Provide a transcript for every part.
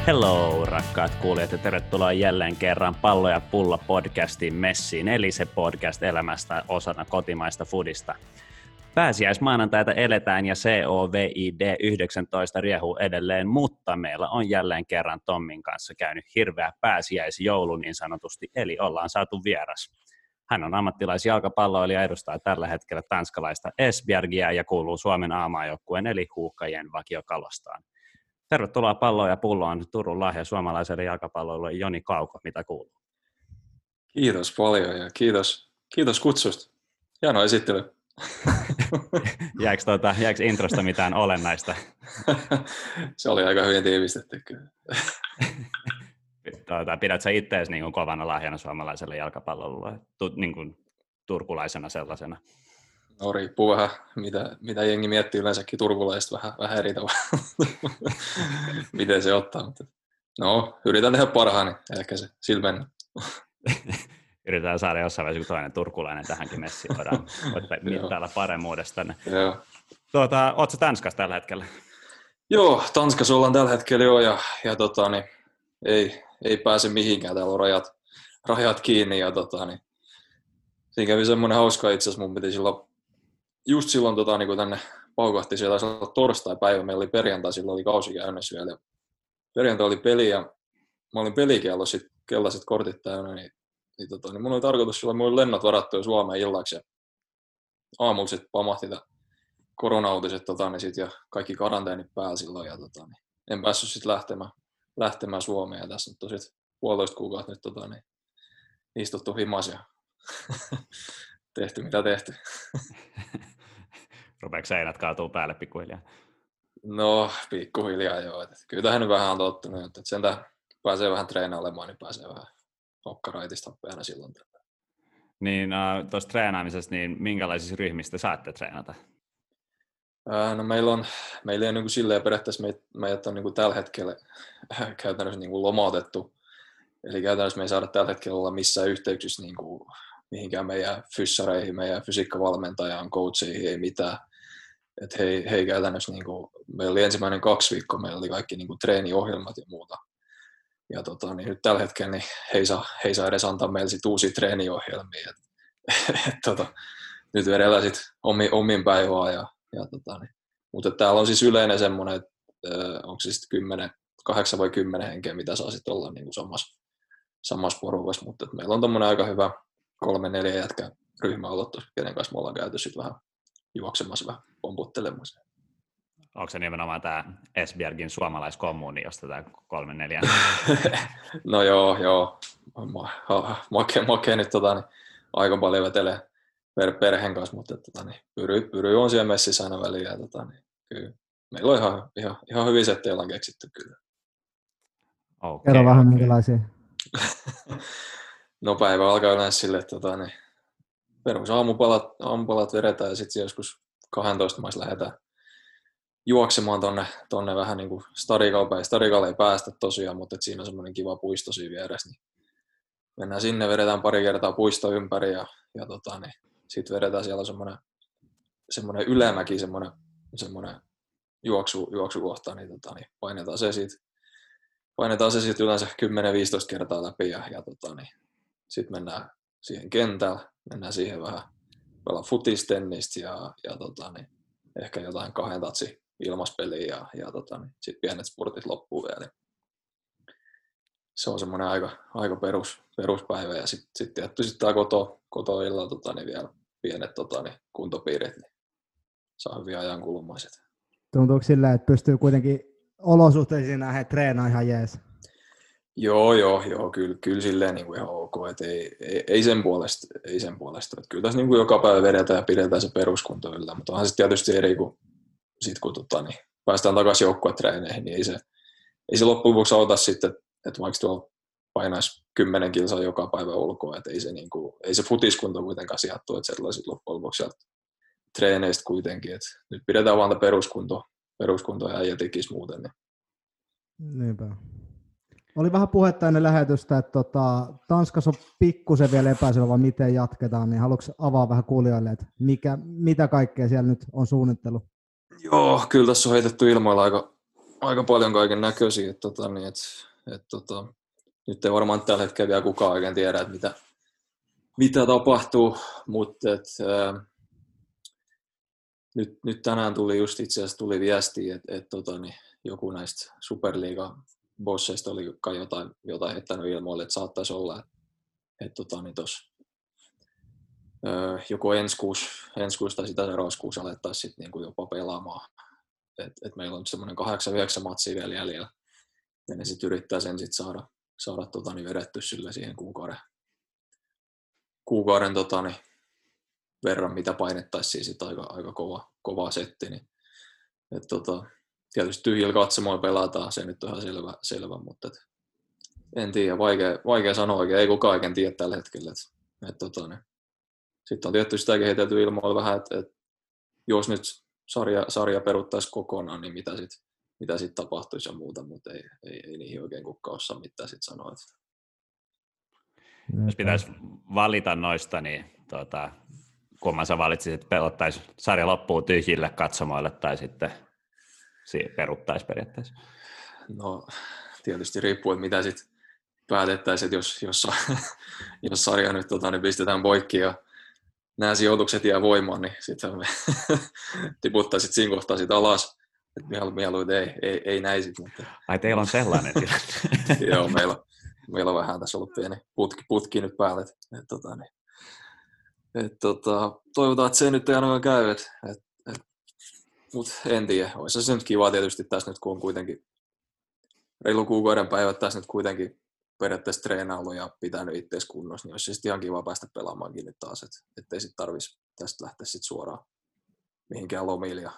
Hello, rakkaat kuulijat, ja tervetuloa jälleen kerran Pallo ja Pulla podcastin messiin, eli se podcast elämästä osana kotimaista foodista. Pääsiäismaanantaita eletään ja COVID-19 riehuu edelleen, mutta meillä on jälleen kerran Tommin kanssa käynyt hirveä pääsiäisjoulu niin sanotusti, eli ollaan saatu vieras. Hän on ammattilaisjalkapalloilija ja edustaa tällä hetkellä tanskalaista Esbjergiä ja kuuluu Suomen A-maajoukkueen eli Huuhkajien vakiokalostaan. Tervetuloa Palloon ja Pulloon, Turun lahja suomalaiselle jalkapalloille Joni Kauko, mitä kuuluu? Kiitos paljon ja kiitos kutsusta. Hieno esittely. Jääkö introsta mitään olennaista? Se oli aika hyvin tiivistetty kyllä. Pidät sä itseäsi niin kovana lahjana suomalaiselle jalkapallolle, niin kuin turkulaisena sellaisena? No riippuu vähän, mitä jengi miettii yleensäkin turkulaisista vähän eri tavalla, miten se ottaa. Mutta no, yritän tehdä parhaani, ehkä se sillä mennä. Yritetään saada jossain vaiheessa toinen turkulainen tähänkin messiin, voidaan mittailla paremmuudesta. Ootko sä Tanskassa tällä hetkellä? Joo, Tanskassa ollaan tällä hetkellä jo ja ei pääse mihinkään, täällä on rajat kiinni ja siinä kävi semmoinen hauska itse asiassa, mun piti just silloin kun tänne paukahti, siellä taisi olla torstai-päivä, meillä oli perjantai, silloin oli kausi käynnissä vielä. Perjantai oli peli ja mä olin pelikello, sit kellaiset kortit täynnä, niin mun oli tarkoitus silloin, mulla oli lennot varattu jo Suomeen illaksi ja aamulla sit pamahti korona-uutiset ja kaikki karanteenit päällä silloin ja en päässyt sit lähtemään Suomeen ja tässä nyt on sit 1,5 kuukautta nyt istuttu himas ja tehty mitä tehty. Rupeeko seinät kaatuu päälle pikkuhiljaa? No, pikkuhiljaa joo. Kyllä tähän nyt vähän on tottunut, että sentään pääsee vähän treenailemaan, niin pääsee vähän hokkaraitista happeana silloin. Niin, tuossa treenaamisessa, niin minkälaisissa ryhmistä saatte treenata? No meillä ei niin kuin silleen periaatteessa meidät on niin kuin tällä hetkellä käytännössä niin kuin lomautettu. Eli käytännössä me ei saada tällä hetkellä olla missään yhteyksissä niin kuin mihinkään meidän fyssareihin, meidän fysiikkavalmentajaan, coacheihin, ei mitään. Että he käytännössä, niin kuin, meillä oli ensimmäinen 2 viikkoa, meillä oli kaikki niin kuin treeniohjelmat ja muuta. Ja niin nyt tällä hetkellä niin he ei saa edes antaa meille sit uusia treeniohjelmia. Nyt vedellään sitten omin päivään. Mutta täällä on siis yleinen semmoinen, että onko se sitten 8 vai 10 henkeä, mitä saa sitten olla niin kuin samassa porukassa. Mutta meillä on tommoinen aika hyvä 3-4 jätkän ryhmä ollut tuossa, kenen kanssa me ollaan käyty sitten vähän juoksemassa, vähän pomputtelemassa. Onko se nimenomaan tämä Esbjergin suomalaiskommuuni, josta tämä 3-4? No joo. Make nyt aika paljon vetelee perheen kanssa, mutta pyry on siellä messissä aina väliin. Ja kyllä meillä on ihan hyvin settejä ollaan keksitty kyllä. Kerro vähän minkälaisia. No päivä alkaa yleensä sille, että perus aamupalat vedetään ja sitten joskus 12 maissa lähdetään juoksemaan tonne vähän niin kuin Stadikalle ei päästä tosiaan, mutta siinä on semmoinen kiva puisto siinä vieressä. Niin mennään sinne, vedetään pari kertaa puisto ympäri ja sitten vedetään siellä semmoinen ylämäki, semmoinen juoksukohta, niin painetaan se siitä yleensä 10-15 kertaa läpi ja sitten mennään siihen kentällä, mennään siihen vähän pelaa futistennistä ja ehkä jotain 2 tatsi ilmaspeliä ja sitten pienet spurtit loppuu vielä. Se on semmoinen aika peruspäivä ja sitten tietysti tämä kotoilla vielä pienet kuntopiirit, niin saa hyviä ajankulmaiset. Tuntuuko sillä, että pystyy kuitenkin olosuhteisiin nähdä treenaa ihan jees? Joo, kyllä silleen niin kuin ihan ok, että ei sen puolesta, että kyllä tässä niin kuin joka päivä vedetään ja pidetään se peruskunto yllä, mutta onhan se tietysti eri kuin sit kun päästään takaisin joukkuetreeneihin, niin ei se loppujen lopuksi auta sitten, että vaikka tuolla painaisi 10 kilsaa joka päivä ulkoa, että ei se futiskunto kuitenkaan sijoittu, että sellaisia loppujen lopuksi sieltä treeneistä kuitenkin, että nyt pidetään vaan peruskunto ja äijä tekisi muuten. Niin. Niinpä. Oli vähän puhetta ennen lähetystä, että Tanskassa on pikkusen vielä epäselvä, miten jatketaan, niin haluatko avaa vähän kuulijoille, että mitä kaikkea siellä nyt on suunnittelu? Joo, kyllä tässä on heitetty ilmoilla aika paljon kaiken näköisiä, nyt ei varmaan tällä hetkellä vielä kukaan oikein tiedä, että mitä tapahtuu, mutta nyt tänään tuli just itse asiassa viesti, että joku näistä Superliiga-bosseista oli kai jotain heittänyt ilmoille, että saattaisi olla, että joko ensi kuussa tai sitä seuraavassa kuussa alettaisiin sitten niinku jopa pelaamaan. Et meillä on semmoinen 8-9 matsia vielä jäljellä, ja ne sitten yrittää sen sitten saada vedetty sille siihen kuukauden verran, mitä painettaisiin sitten aika kova setti. Niin, tietysti tyhjillä katsomoilla pelataan, se nyt on ihan selvä mutta en tiedä, vaikea sanoa oikein, ei kukaan oikein tiedä tällä hetkellä. Sitten on tietysti sitäkin heitelty ilmoilla vähän, että jos nyt sarja peruttaisi kokonaan, niin mitä sit tapahtuisi ja muuta, mutta ei niihin oikein kukaan osaa mitään sit sanoa. Jos pitäisi valita noista, niin kumman sä valitsisit, että pelottaisi sarja loppuun tyhjille katsomoille tai sitten peruttaisi periaatteessa? No tietysti riippuu, että mitä sitten päätettäisiin, että jos sarja nyt niin pistetään poikki ja nämä sijoitukset jää voimaan, niin sitten me tiputtaisiin siinä kohtaa sit alas. Mieluiten ei näin sitten. Mutta... Ai teillä on sellainen tilanne? Joo, meillä on vähän tässä ollut pieni putki nyt päälle. Toivotaan, että se nyt ei ainakaan käy. Mutta en tiedä. Olisi se nyt kiva tietysti tässä nyt, kun on kuitenkin reilu kuukauden päivät tässä nyt kuitenkin periaatteessa treenailu ja pitänyt itseäsi kunnossa, niin olisi sitten ihan kiva päästä pelaamaankin nyt taas, ettei sitten tarvitsisi tästä lähteä sitten suoraan mihinkään lomille.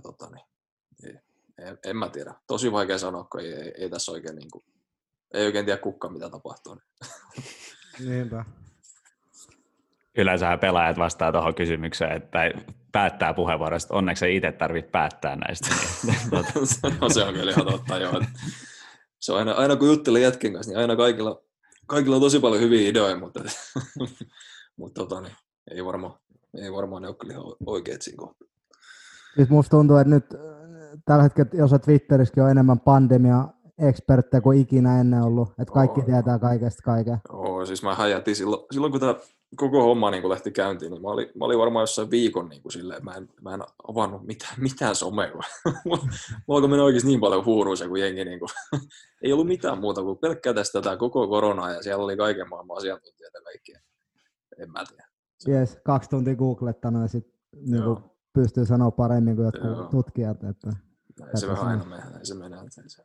En mä tiedä. Tosi vaikea sanoa, kun ei tässä oikein, niin kuin, ei oikein tiedä kukaan, mitä tapahtuu. Niinpä. Yleensähän pelaajat vastaa tuohon kysymykseen, että päättää puheenvuorosta. Onneksi ei itse tarvitse päättää näistä. No, se on kyllä ihan totta, joo. Se on aina kun juttelee jätken kanssa, niin aina kaikilla on tosi paljon hyviä ideoita, mutta niin, ei varmaan ne ole kyllä ihan oikeat siinä kohtaa. Siis musta tuntuu, että nyt tällä hetkellä, jos Twitterissäkin on enemmän pandemia-eksperttejä kuin ikinä ennen ollut, että kaikki tietää kaikesta kaiken. Siis mä häjätin silloin kun tämä koko homma niin kun lähti käyntiin, niin mä olin varmaan jossain viikon niin silleen, mä en avannut mitään somea. Mulla alkoi mennä oikeasti niin paljon huuruissa kuin jengi. Niin kuin, ei ollut mitään muuta kuin pelkkää tätä koko koronaa ja siellä oli kaiken maailman asiantuntijoita kaikkia. En mä tiedä. Yes, 2 tuntia googlettanut ja sitten niin pystyy sanoa paremmin kuin jotkut tutkijat. Että ei se vähän aina mene.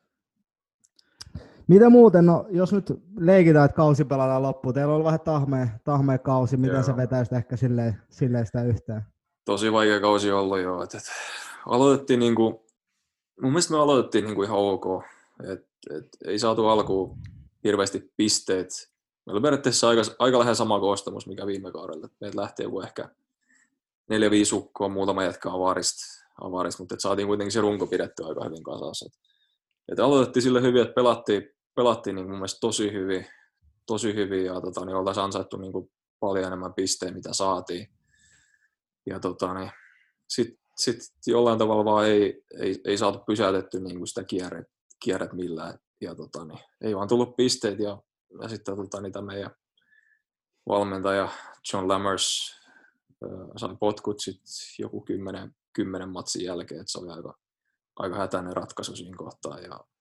Mitä muuten, no, jos nyt leikitään, että kausi pelataan loppuun, teillä on ollut vähän tahmea kausi, miten sä vetäisit ehkä silleen sitä yhteen? Tosi vaikea kausi ollut jo. Aloitettiin mun mielestä me aloitettiin ihan ok, ei saatu alkuun hirveästi pisteet. Meillä oli periaatteessa aika lähellä sama koostamus, mikä viime kaudella. Meiltä lähti joku ehkä 4-5 ukkoa, muutama jätkä avarista, mutta saatiin kuitenkin se runko pidetty aika hyvin kasassa. Aloitettiin sille hyvin, että pelattiin niin mun mielestä tosi hyvin ja niin oltaisiin ansaittu niin kuin paljon enemmän pisteitä, mitä saatiin. Ja sitten jollain tavalla vaan ei saatu pysäytetty niin kuin sitä kierret millään. Ja ei vaan tullut pisteet ja sitten tämä meidän valmentaja John Lammers sai potkut sitten joku 10 matsin jälkeen, että se oli aika hätäinen ratkaisu siinä kohtaa.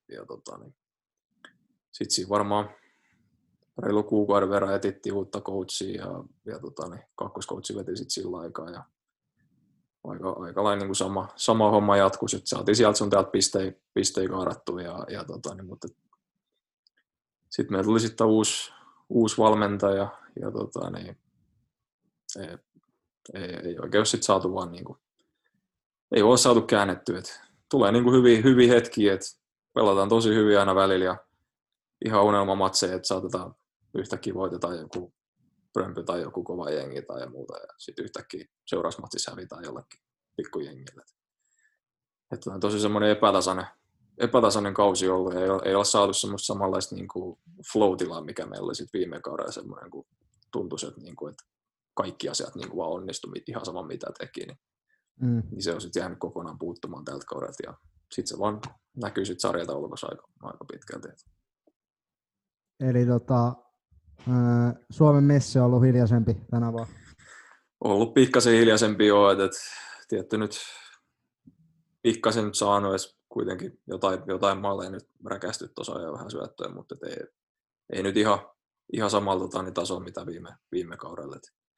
Sitten siinä varmaan reilu kuukauden verran etittiin uutta coachia ja kakkoskoutsi veti sitten sillä aikaa. Ja aika lailla niin kuin sama homma jatkui. Sitten saatiin sieltä sun täältä pistejä kaarattua. Mutta sitten meillä tuli sitten uusi valmentaja ja ei oikein sitten saatu vaan niin kuin, ei ole saatu käännettyä. Tulee niin kuin hyviä hetkiä, että pelataan tosi hyvin aina välillä ja ihan unelmamatseja, että saatetaan yhtäkkiä voitetaan joku Brömpy tai joku kova jengi tai muuta ja sitten yhtäkkiä seuraavassa matsissa hävitään jollekin pikkujengille. Että on tosi semmoinen epätasainen kausi ollut ja ei ole saatu semmoista samanlaista niin kuin flow-tilaa, mikä meillä oli sitten viime kaudella semmoinen, kun tuntuisi, että kaikki asiat niin kuin vaan onnistui ihan sama mitä teki. Niin se on sitten jäänyt kokonaan puuttumaan tältä kaudelta ja sitten se vaan näkyy sitten sarjataulukossa aika pitkälti. Eli Suomen messi on ollut hiljaisempi tänä vuonna. Ollut pikkasen hiljaisempi jo, että tietty nyt pikkasen nyt saanut edes kuitenkin jotain maaleja nyt räkästy tuossa ja vähän syöttöä, mutta ei nyt ihan samalla niin tasolla mitä viime kaudella.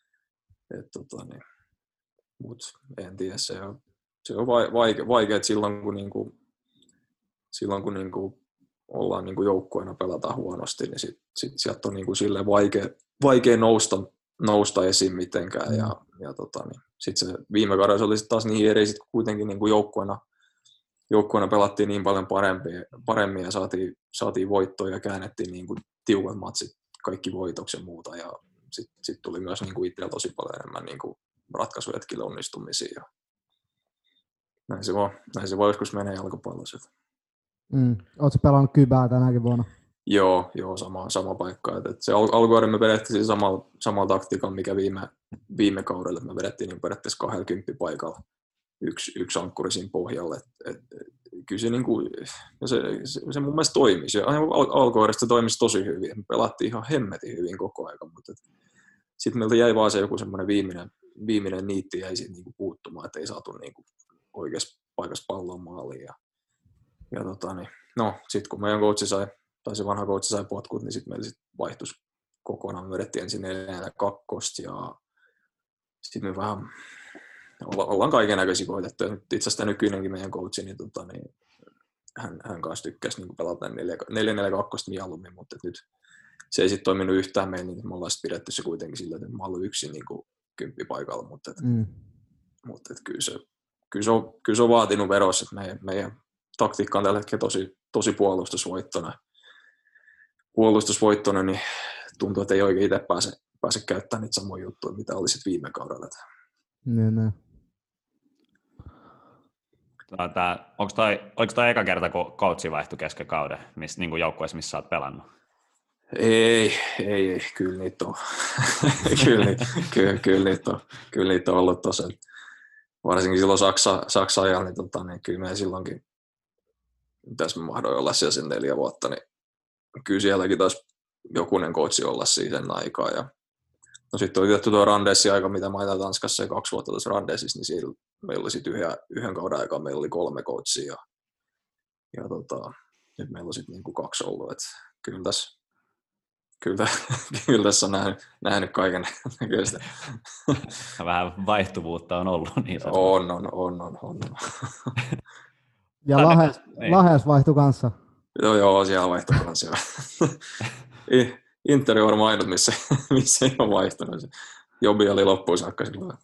Mutta en tiedä, se on vaikea, että silloin kun ollaan joukkueena pelataan huonosti, niin sit sieltä on silleen vaikea nousta esiin mitenkään. Ja sitten se viime kaudella se oli sit taas niin eri, kun kuitenkin joukkueena pelattiin niin paljon paremmin ja saatiin voittoja ja käännettiin tiukat matsit, kaikki voitoksi ja muuta. Ja sitten tuli myös itsellä tosi paljon enemmän ratkaisuhetkille onnistumisia. Ja näin se voi joskus menee jalkapallossa. Oletko pelannut Kybää tänäkin vuonna? Joo, sama paikka. Se alkuvuoden me vedettiin samalla taktiikalla, mikä viime kaudella. Me vedettiin periaatteessa 20 paikalla yksi ankkuri siinä pohjalle. Kyllä se mun mielestä toimisi. Alkuvuodesta se toimisi tosi hyvin. Me pelattiin ihan hemmetin hyvin koko ajan, mutta sitten meiltä jäi vaan se joku semmoinen viimeinen niitti jäi siitä puuttumaan, että ei saatu oikeassa paikassa palloa maaliin. Sitten kun meidän coachi se vanha coachi sai potkut, niin sitten meillä vaihtui kokonaan. Me vedettiin ensin 4-2 ja sitten me vähän ollaan kaiken näköisiä voitettu. Itse asiassa nykyinenkin meidän coachi, niin, hän kanssa tykkäsi pelata 4-4-2 mieluummin, mutta nyt se ei sitten toiminut yhtään meillä, niin me ollaan pidetty se kuitenkin sillä, että mä ollut yksin 10 paikalla, mutta kyllä se on vaatinut verossa, että meidän taktiikka on tällä hetkellä tosi puolustusvoittona, niin tuntuu, että ei oikein itse pääse käyttämään niitä samoja juttuja, mitä oli sitten viime kaudella. Oliko toi eka kerta, kun coachi vaihtui kesken kauden, joukkueessa, missä olet pelannut? Ei, kyllä niitä on. kyllä niitä on ollut tuossa. Varsinkin silloin Saksan ajalla, niin kyllä meidän silloinkin, tässä me mahdoin olla siellä sen 4 vuotta, niin kyllä sielläkin taas jokunen coachi olla siihen aikaan. Ja no sitten oli tietty tuo Randesin aika, mitä mä ajan Tanskassa 2 vuotta tuossa Randesissa, niin siellä meillä oli sitten yhden kauden aikaa, meillä oli 3 coachia ja nyt meillä on sitten 2 ollut, että kyllä tässä on nähnyt kaiken näköistä. Vähän vaihtuvuutta on ollut. Niin on. Ja Lahes vaihtui kanssa. Joo, siellä vaihtui kanssa. Interi on varmaan ainut, missä ei ole vaihtunut. Jobi oli loppuun saakka silloin.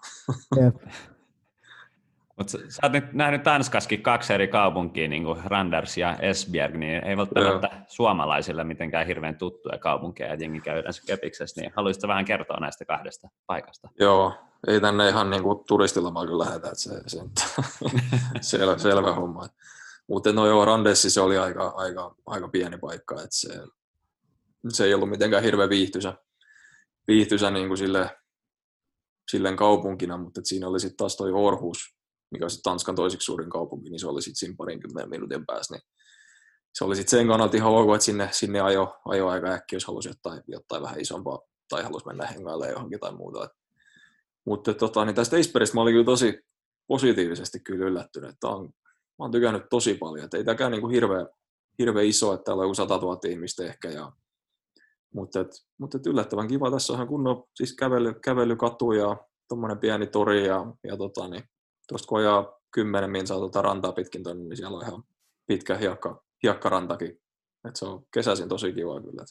Mutta sä oot nyt nähnyt Tanskassakin 2 eri kaupunkia, niin kuin Randers ja Esbjerg, niin ei välttämättä suomalaisille mitenkään hirveän tuttuja kaupunkeja, ja jengi käy yleensä Kepiksessä, niin haluaisitko vähän kertoa näistä 2 paikasta? Joo, ei tänne ihan niin kuin turistilomaan kyllä lähdetä, että se selvä homma. Mutta Randersi se oli aika pieni paikka, että se ei ollut mitenkään hirveän viihtyisä niin kuin silleen kaupunkina, mutta siinä oli sitten taas toi Aarhus, mikä on sitten Tanskan toiseksi suurin kaupunki, niin se oli sitten siinä 20 minuutin päässä. Niin se oli sitten sen kannalta ihan ok, että sinne ajo aika äkkiä, jos halusi jotain vähän isompaa tai halusi mennä hengailemaan johonkin tai muuta. Mutta niin tästä Esbjergistä mä olin kyllä tosi positiivisesti kyllä yllättynyt. Mä oon tykännyt tosi paljon. Et ei tämäkään niinku hirveän iso, että täällä on joku 100 000 ihmistä ehkä. Mutta yllättävän kiva. Tässä on ihan kunnon siis kävelykatu ja tommonen pieni tori. Ja tuosta kun ajaa 10 minsaa rantaa pitkin tonne, niin siellä on ihan pitkä hiekkarantakin. Et se on kesäisin tosi kiva kyllä.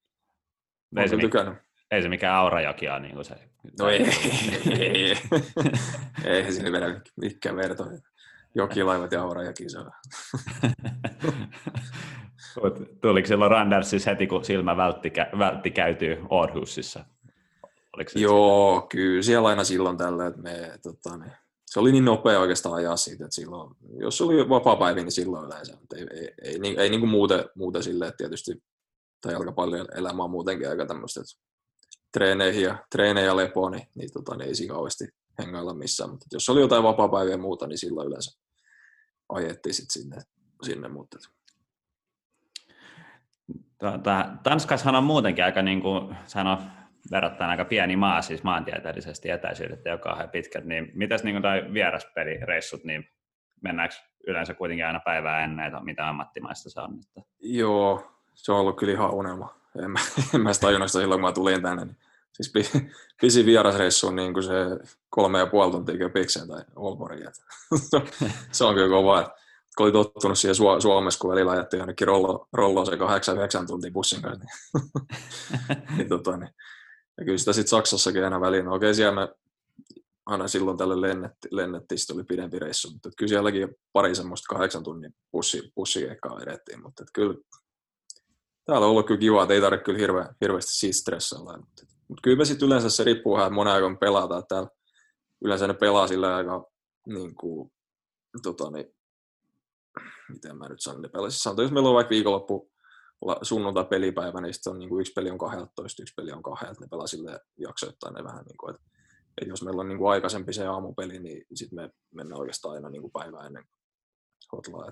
Ei se mikään Aurajoki ole niin kuin se. No ei. Ei sinne vedä mikään verto. Jokilaivat ja Aurajoki se on. Tuliko silloin Randersissa heti, kun silmä vältti käytyy Aarhusissa? Joo, kyllä siellä aina silloin tällä, että se oli niin nopea oikeastaan ajaa siitä, että silloin, jos oli vapaa-päivä, niin silloin yleensä. Ei niin kuin muuten silleen, että tietysti tai jalkapallon elämä on muutenkin aika tämmöistä, että treenejä ja lepoa, niin ei siinä kauheasti hengailla missään. Mutta jos oli jotain vapaa-päiviä ja muuta, niin silloin yleensä ajettiin sitten sinne. sinne. Mutta. Tanskassahan on muutenkin aika, niin kuin sano, verrattain aika pieni maa, siis maantieteellisesti etäisyydet ja kauhean pitkät, niin mitäs niin tai vieraspelireissut, niin mennäänkö yleensä kuitenkin aina päivää ennen, mitä ammattimaista se on? Että... Joo, se on ollut kyllä ihan unelma. En mä sitä tajunnut sitä silloin, kun mä tulin tänne. Niin, siis pisin vierasreissu on niin kuin se 3,5 tuntia Köpikseen tai Aalborgiin. Se on kyllä kova. Kun oli tottunut siihen Suomessa, kun välillä ajettiin ainakin rolloa se 8-9 tuntia bussin kanssa. Niin, ja kyllä sitä sitten Saksassakin aina väliin. No, okei, siellä me aina silloin tälle lennettiin, sitten oli pidempi reissu. Mutta kyllä sielläkin pari semmoista 8 tunnin bussikeikkaa vedettiin. Mutta kyllä täällä on ollut kyllä kiva, että ei tarvitse kyllä hirveästi siitä stressailla. Mutta kyllä me sitten yleensä se riippuu vähän, että monen aikaan pelataan. Täällä yleensä ne pelaa sillä aika niin kuin, miten mä nyt sanon, ne pelaa. Siis sanotaan, jos meillä on vaikka viikonloppu sunnuntai-pelipäivä, niin sitten on niin kuin yksi peli on 12, yksi peli on 2, ne pelaa silleen jaksoittain ne vähän niin kuin, että jos meillä on niin kuin aikaisempi se aamupeli, niin sitten me mennään oikeastaan aina niin kuin päivää ennen kotlaa.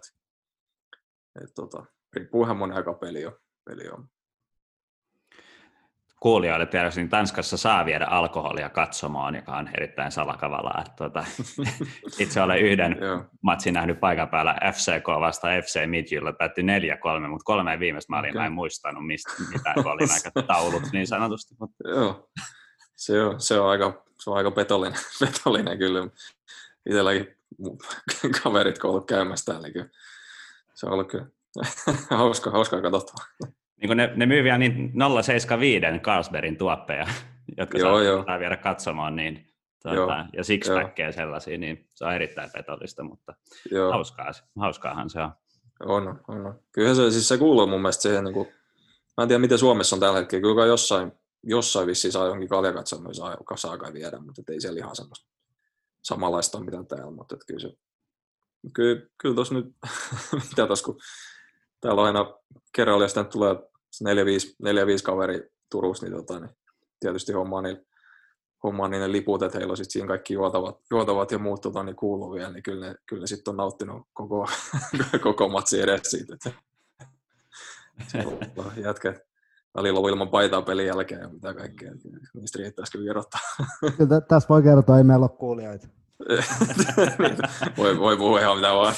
Riippuu ihan monen aikaa peli on. Kuulijoille tiedoksi, niin Tanskassa saa viedä alkoholia katsomaan, joka on erittäin salakavalaa. Itse olen yhden matsin nähnyt paikan päällä FCK vasta FC Midtjylland, päättyi 4-3, mutta 3 viimeistä maalia mä en muistanut, mitä oli aika taulut niin sanotusti. Joo, se on aika petollinen kyllä. Itselläkin kaverit kun on ollut käymässä täällä, niin se on ollut kyllä hauskaa katsottavaa. Niin ne myy vielä niin 0,75 Carlsbergin tuoppeja, jotka saa viedä katsomaan, niin, ja six-packkejä sellaisia, niin se on erittäin petollista, mutta hauskaahan se on. On. Kyllähän se kuuluu mun mielestä siihen, niin kuin, mä en tiedä miten Suomessa on tällä hetkellä, kyllä jossain vissiin saa jonkin kaljakatsomaan, saa kai viedä, mutta ei siellä ihan semmoista samanlaista ole mitään täällä, mutta kyllä tuossa nyt, mitä tuossa kun täällä on aina kerralla, jos tänne tulee 4-5 kaveri Turussa, niin, tietysti hommaa niin ne liput, että heillä on sitten siinä kaikki juotavat ja muut niin kuuluu vielä, niin kyllä ne sitten on nauttinut koko matsi edes siitä. Että jätkä välillä on ilman paitaa pelin jälkeen ja mitä kaikkea, niistä riittäisi kyllä kerrottaa. Kyllä tässä voi kertoa, ei meillä ole kuulijoita. voi puhua ihan mitä vaan.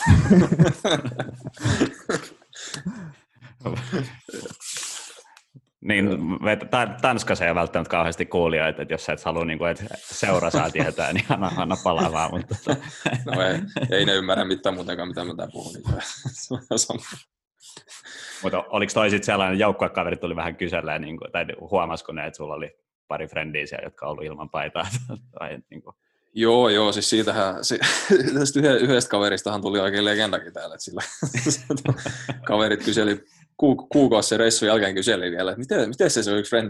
Niin, Tanskassa ei välttämättä kauheasti kuulijoita, että jos sä et halua, niin kuin, että seura saa tietää, niin anna palaa vaan. Mutta... No ei ne ymmärrä mitään muutenkaan, mitä mä tää puhun. Mutta oliko toi sitten sellainen, joukkuekaverit tuli vähän kyselemään, niin tai huomasiko ne, että sulla oli pari frendiä siellä, jotka on ollut ilman paitaa? Tai, niin kuin... Joo, siis tästä yhdestä kaveristahan tuli oikein legendakin täällä, että sillä kaverit kyseli kuukausi sen reissun jälkeen kyseli vielä, että miten se on yksi frendi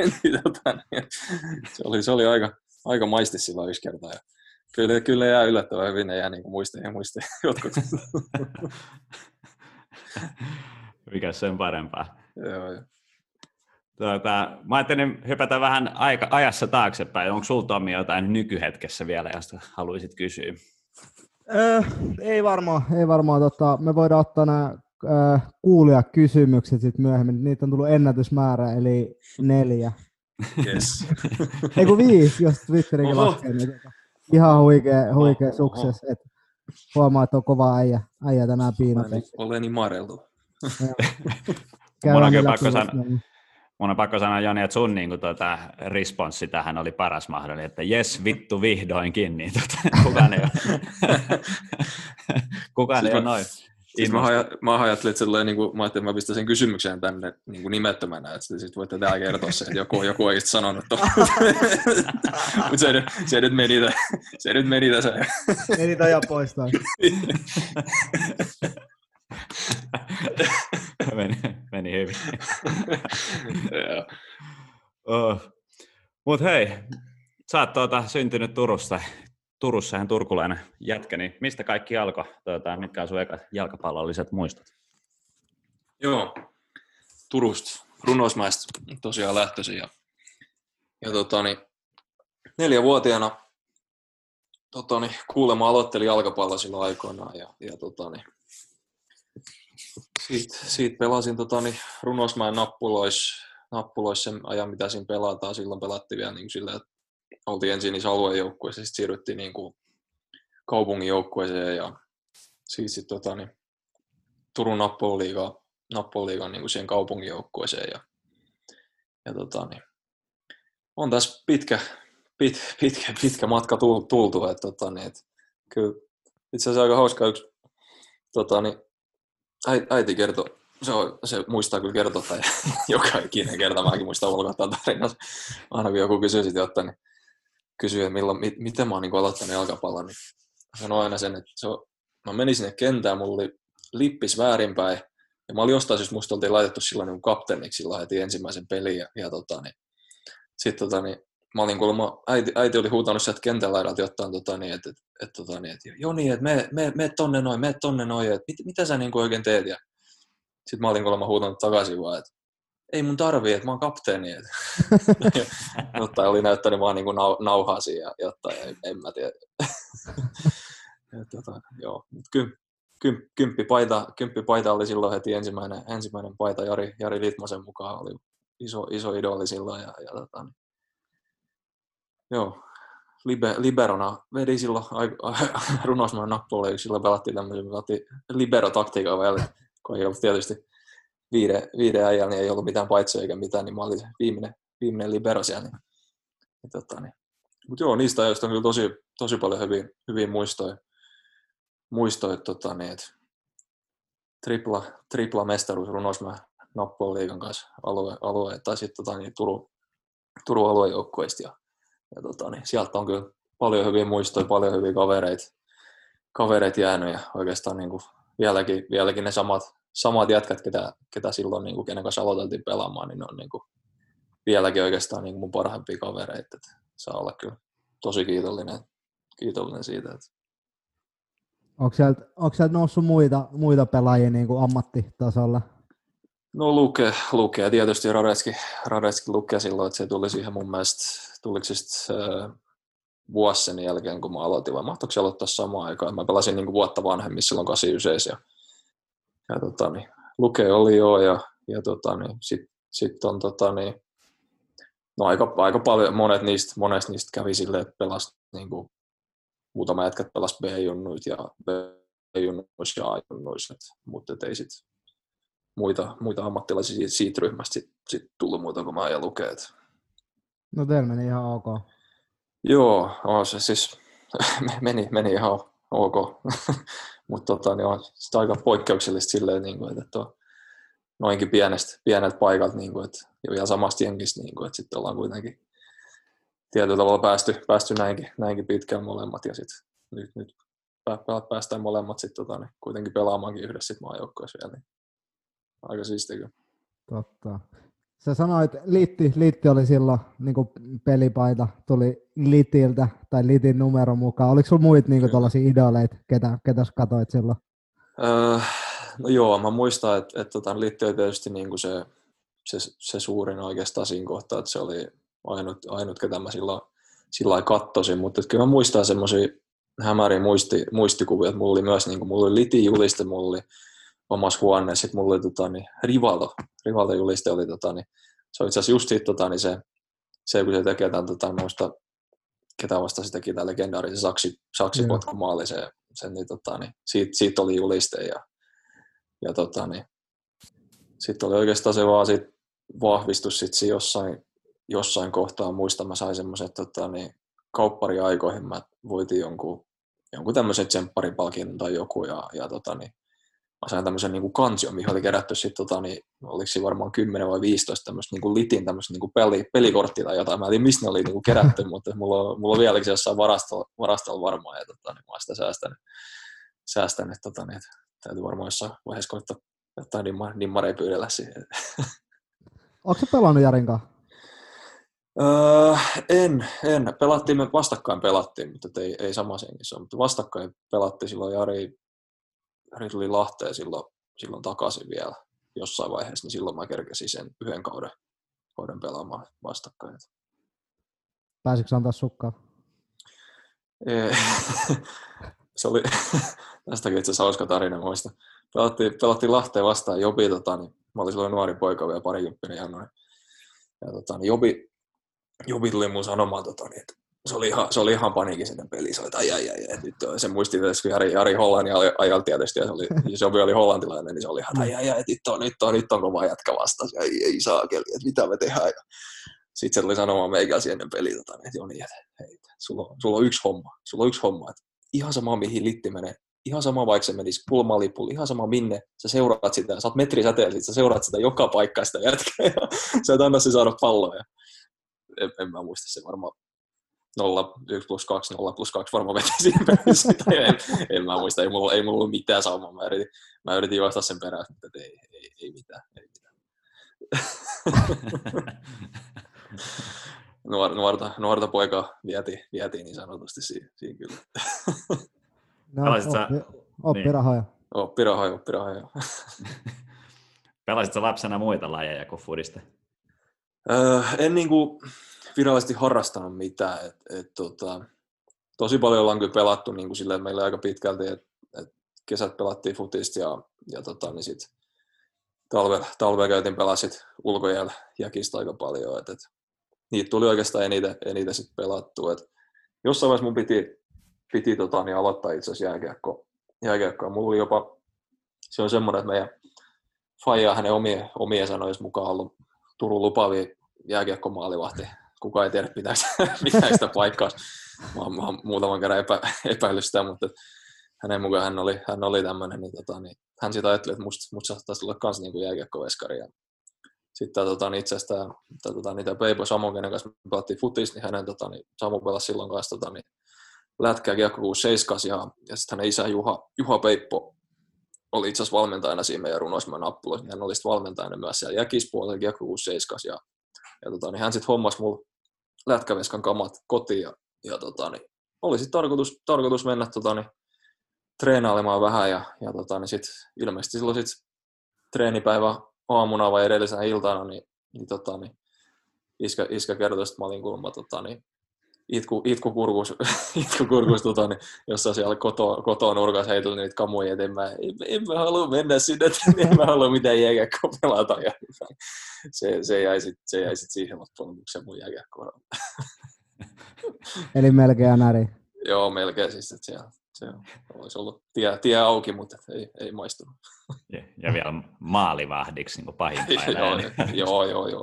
se oli aika maisti silloin yksi kertaa. Ja kyllä jää yllättävän hyvin, ne jää niin muistiin jotkut. Mikäs sen parempaa? Joo. Mä ajattelin hypätä vähän ajassa taaksepäin. Onko sulla, Tommi, jotain nykyhetkessä vielä, josta haluaisit kysyä? Ei varmaan. Me voidaan ottaa nämä kuulijakysymykset sitten myöhemmin. Niitä on tullut ennätysmäärä, eli 4. Yes. Ei kun 5, jos Twitterikin laskee. Niin ihan huikea sukses. Huomaa, että on kova äijä tänään piinateessa. Olen niin mareltu. Mun on pakko sanoa, Joni, että sun niin responssi tähän oli paras mahdollinen, että jes, vittu vihdoinkin, niin kukaan ei ole noin. Siis mä ajattelin, että mä pistän sen kysymyksen tänne niin kuin nimettömänä, että sitten voitte täällä kertoa sen, että joku oikeasti sanonut. Mutta se nyt meni tässä. Meni tajan poistaan. Meni hyvin. Mut hei, sä oot syntynyt Turussa ihan turkulainen jätkä, niin mistä kaikki alkoi? Mitkä on sun ekat jalkapallolliset muistot? Joo, Turusta, Runnoismäestä tosiaan lähtöisin. Ja 4-vuotiaana kuulemma aloittelin jalkapallo silloin aikoinaan. Ja Siitä pelasin Runosmäen nappulois sen ajan, mitä siinä pelataan. Silloin pelattiin vielä niin sillä, että oltiin ensin niissä aluejoukkueissa, sitten siirryttiin niin kuin kaupungin joukkueeseen ja siitä sitten Turun Nappuliigan niin kuin siihen kaupungin joukkueeseen. Ja on tässä pitkä matka tultu, että kyllä itse asiassa aika hauska yksi äiti kertoi, se muistaa kyllä kertoa tai joka ikinen kerta, mäkin muistan ulkoa tarinassa, aina kun joku kysyy sitten jotta, niin kysyy, että miten mä oon niin aloittanut jalkapallon, niin sanoin aina sen, että mä menin sinne kentään, mulla oli lippis väärinpäin, ja mä olin jostain syystä, musta oltiin laitettu silloin niin kapteeniksi silloin heti ensimmäisen pelin, ja sitten mä olin kuulemma, äiti oli huutanut sieltä kentän laidalta jotain, että Joni, että mene tonne noin, että mitä sä niin oikein teet, ja sitten mä olin kuulemma huutanut takaisin vaan, että ei mun tarvii, että mä oon kapteeni, jotta oli näyttänyt vaan niin nauhaa siinä, jotta en mä tiedä. Joo, kymppipaita oli silloin heti ensimmäinen paita Jari Litmasen mukaan, oli iso idoli silloin joo, liberona vedi silloin Runosmäen Nappuliin, silloin pelattiin libero-taktiikkaa vielä, kun ei ollut tietysti viiden äijällä, niin ei ollut mitään paitsia eikä mitään, niin mä olin se viimeinen libero siellä. Mutta joo, niistä ajoista on kyllä tosi paljon hyviä muistoja että tripla mestaruus Runosmäen Nappuliigan kanssa alue tai sitten Turun aluejoukkueista ja sieltä on kyllä paljon hyviä muistoja, paljon hyviä kavereita jäänyt ja oikeastaan niin kuin vieläkin ne samat jätkät, ketä silloin niin kuin, kenen kanssa aloiteltiin pelaamaan, niin ne on niin kuin, vieläkin oikeastaan niin kuin mun parhaimpia kavereita. Että saa olla kyllä tosi kiitollinen siitä. Että Onko sieltä noussut muita pelaajia niin kuin ammattitasolla? No lukee tietysti Radetski lukee silloin, että se tuli siihen mun mielestä, tuliko vuosi sen jälkeen, kun mä aloitin, vai mahtoiko se aloittaa samaan aikaan. Mä pelasin niin kuin vuotta vanhemmissa silloin 89 ja lukee oli joo ja sitten on no aika paljon, monesta niistä kävi silleen, että pelasi niin kuin muutama jätkät pelasi B-junnuit ja B-junnuissa ja A-junnuissa, mutta ei sitten muita ammattilaisia siitä ryhmästä sit tullut muuta kuin mä ja lukee. No teillä meni ihan ok. Joo, se siis meni ihan ok, mutta on sitä aika poikkeuksellista silleen, että noinkin pieneltä paikalta, ja samasta jengistä, että sitten ollaan kuitenkin tietyllä tavalla päästy näinkin pitkään molemmat, ja sitten nyt päästään molemmat sitten kuitenkin pelaamaankin yhdessä sit maajoukkueessa vielä. Niin aika siistiä kyllä. Totta. Sä sanoit, että Liitti oli silloin niin pelipaita, tuli Litiltä tai Litin numero mukaan. Oliko sulla muita niin tuollaisia idoleita, ketä sä katsoit silloin? No joo, mä muistan, että Litti oli tietysti niin kuin se suurin oikeastaan siinä kohtaa, että se oli ainut ketä mä silloin kattosin, mutta kyllä mä muistan semmoisia hämäriä muistikuvia, että mulla oli myös niin kuin, mulla oli Litin juliste, mulla oli omassa huoneessa, sitten mulla oli Rivaldo juliste oli se on itse asiassa just siitä se kun se tekee tämän muista ketä vasta se teki, tämä legendaarisen saksipotkumaali niin siitä oli juliste ja sitten oli oikeastaan se vaan sit vahvistus sit jossain kohtaa, muistan mä sain semmoiset kauppariaikoihin mä voitin jonkun tämmöisen tsempparipalkinnon tai joku ja mä sain tämmöisen niin kansion, mihin oli kerätty sitten, oliko siinä varmaan 10 vai 15 tämmöistä niin Litin tämmöistä niin pelikorttia tai jotain. Mä en tiedä, mistä ne oli niin kerätty, mutta mulla on vieläkin jossain varastolla varmaan, ja mä oon sitä säästänyt että täytyy varmaan jossain vaiheessa koittaa jotain nimmareja pyydellä siihen. Ootko sä pelannut Jarinkaan? En. Vastakkain pelattiin, mutta ei samassa hengissä. Mutta vastakkain pelattiin silloin Jari tuli Lahteen silloin takaisin vielä jossain vaiheessa, niin silloin mä kerkesin sen yhden kauden pelaamaan vastakkain. Pääsitkö antaa sukkaa? Se oli tästäkin itse asiassa hauska tarina. pelattiin Lahteen vastaan Jobi, niin mä olin silloin nuori poika vielä parikymppinen ihan noin. Ja niin Jobi tuli mun sanomaan, että se oli ihan paniikin sitten peli. Se oli, että nyt se muisti, että Jari Hollannin ajalla tietysti, ja jos Jobi oli hollantilainen, niin se oli ihan, että nyt on kova jätkä vastaan, ja ei saakeli, että mitä me tehdään. Ja sitten se tuli sanomaan meikäläisiä ennen peliä, että Joni, että hei, sulla on yksi homma, että ihan sama mihin litti menee, ihan sama vaikka se menisi kulmalipulle, ihan sama minne, sä seuraat sitä, sä oot metrisäteellä, sä seuraat sitä joka paikkaa sitä jätkää, ja sä et anna se saada palloa. Ja en mä muista, se varmaan 1+2 varmaan veti siinä pelissä. En mä muista, ei mulla ollut mitään saumaa. Mä yritin juosta sen perään, mutta ei mitään. Nuorta poikaa vietiin niin sanotusti siinä kyllä. No, oppirahoja. Oppirahoja. Pelasit sä lapsena muita lajeja kuin fudista? En niinku virallisesti harrastanut mitään. Tosi paljon ollaan kyllä pelattu niin kuin silleen, meillä aika pitkälti, että kesät pelattiin futista ja niin sit talvella käytiin pelasit ulkojäällä jäkistä aika paljon. Niitä tuli oikeastaan eniten sit pelattua. Jossain vaiheessa mun piti niin aloittaa itse asiassa jääkiekkoa. Mulla oli jopa, se on semmoinen, että meidän faija hänen omien sanojen mukaan ollut Turun lupaavia jääkiekkomaalivahti. Kukaan ei tiedä, pitääkö sitä paikkaa. Mä oon muutaman kerran epäillyt sitä, mutta hänen mukaan hän oli tämmöinen, niin hän siitä ajatteli, että musta saattaisi olla kans niin kuin jääkiekkoveskari. Sitten itse asiassa tämä Peipo Samu, kenen kanssa me pelattiin futista, niin hänen Samu pelasi silloin kanssa lätkää kiekko 67 ja sitten hänen isä Juha Peippo oli itse asiassa valmentajana siinä meidän Runoismäen Nappuloissa, niin hän oli sitten valmentajana myös siellä jäkispuolella kiekko 67 ja niin hän sitten hommasi mulle lätkäveskan kamat kotiin ja niin oli sitten tarkoitus mennä treenailemaan vähän ja niin sitten ilmeisesti silloin sitten treenipäivä aamuna vai edellisenä iltana niin iskä kertoi, että mä olin kuulemma itku kurkus niin jossain siellä kotoa nurkassa heitellä niitä kamuja, että en mä halua mennä sinne, että en mä halua mitään jääkiekkoa pelata. Ja se jäi sit siihen loppujen lopuksi mun jääkiekkoon. Eli melkein näri. Joo, melkein siis, että se olisi ollut tie auki, mutta ei maistunut. Ja vielä maalivahdiksi niin pahimpaan. Joo.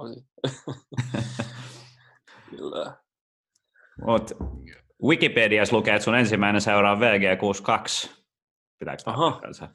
Kyllä. Wikipediassa lukee, että sun ensimmäinen seura on VG62. Pitääkö paikkansa?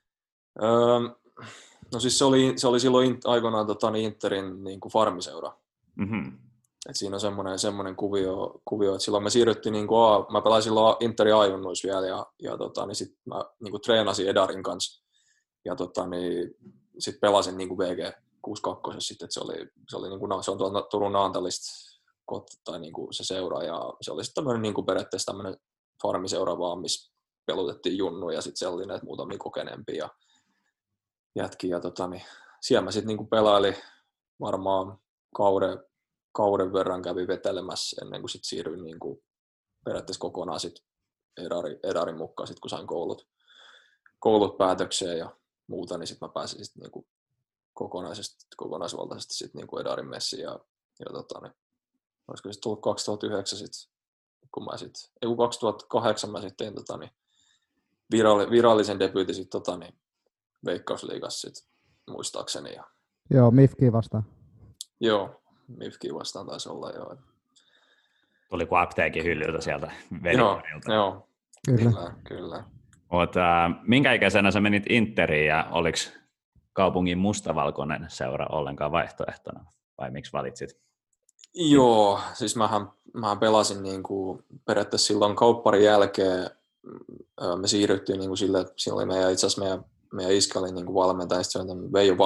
No siis se oli silloin aikoinaan Interin niin kuin farmiseura. Mm-hmm. Et siinä on semmoinen kuvio, että silloin me siirryttiin, niin kuin mä pelasin silloin Interin A-junnuissa vielä ja niin sitten mä niin kuin treenasin Edarin kanssa ja niin sitten pelasin niin kuin VG62 sitten, että se oli niin kuin, se on tuolta Turun Naantalista tai niin kuin se seura ja se oli sitten tämmöinen niin kuin periaatteessa tämmöinen farmiseura vaan, missä pelutettiin junnu ja sitten siellä oli näitä muutamia kokeneempia jätkiä ja niin siellä mä sitten niin kuin pelailin varmaan kauden verran kävi vetelemässä ennen kuin sitten siirryin niin kuin periaatteessa kokonaan sit Edarin mukaan, sit kun sain koulut päätökseen ja muuta, niin sitten mä pääsin sit niin kuin kokonaisvaltaisesti sit niin kuin Edarin messiin ja niin, olisiko sitten tullut 2009 sitten, kun mä sitten, 2008 mä sitten tein niin virallisen debyytin sitten niin Veikkausliigassa sitten muistaakseni. Ja joo, MIFKiin vastaan. Joo, MIFKiin vastaan taisi olla joo. Tuli kuin apteekin hyllyltä sieltä velikorilta. Joo, kyllä. Minkä ikäisenä sä menit Interiin ja oliko kaupungin mustavalkoinen seura ollenkaan vaihtoehtona vai miksi valitsit? Joo, siis mähän pelasin niin kuin periaatteessa silloin kaupparin jälkeen me siirryttiin niin kuin sille, että siinä oli itse asiassa meidän iskä oli niin kuin valmentaja, se on Veijo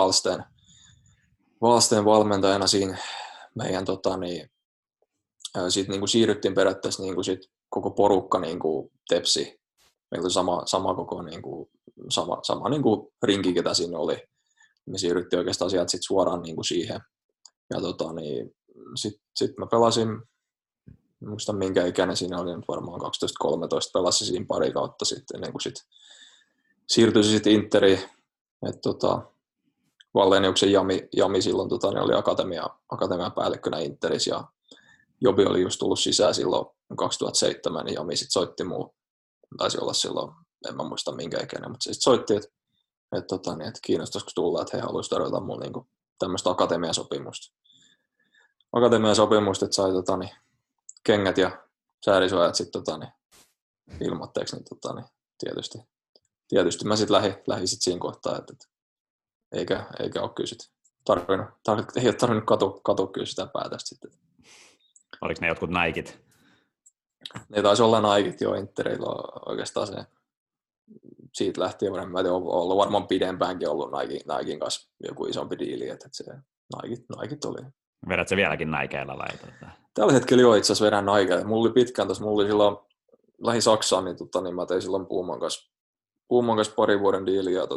Valsteen valmentajana siinä meidän sitten niin kuin siirryttiin periaatteessa niin kuin sit koko porukka niin kuin tepsi. Meillä oli sama koko niin kuin sama niin kuin rinki, ketä siinä oli. Me siirryttiin oikeastaan sieltä sit suoraan niin kuin siihen. Ja niin sitten mä pelasin, en muista minkä ikäinen siinä oli, nyt varmaan 12-13, pelasin siinä pari kautta sitten ennen kuin siirtyisin sitten Interiin. Valleniuksen Jami silloin niin oli akatemian päällikkönä Interissä ja Jobi oli just tullut sisään silloin 2007, niin Jami sitten soitti muu. Taisi olla silloin, en mä muista minkä ikäinen, mutta se sitten soitti, että kiinnostaisiko tulla, että he haluaisivat tarjota mulle niin tämmöistä akatemiasopimusta. Akatemiasopimusta, että sai kengät ja säärisuojat sitten ilmoitteeksi, niin tietysti mä sitten lähdin sit siinä kohtaa, että eikä ole kyllä sit ei ole tarvinnut katua kyllä sitä päätöstä sitten. Oliko ne jotkut Nikit? Ne taisi olla Nikit jo Interillä oikeastaan se. Siitä lähtien on ollut varmaan pidempäänkin ollut Niken kanssa joku isompi diili, että se Nikit oli. Vedät se vieläkin Nikeilla vai? Tällä hetkellä jo itse asiassa vedän Nikeilla. Mulla oli pitkään tuossa, mulla oli silloin lähi Saksaan, niin mä tein silloin Puuman kanssa parin vuoden diili ja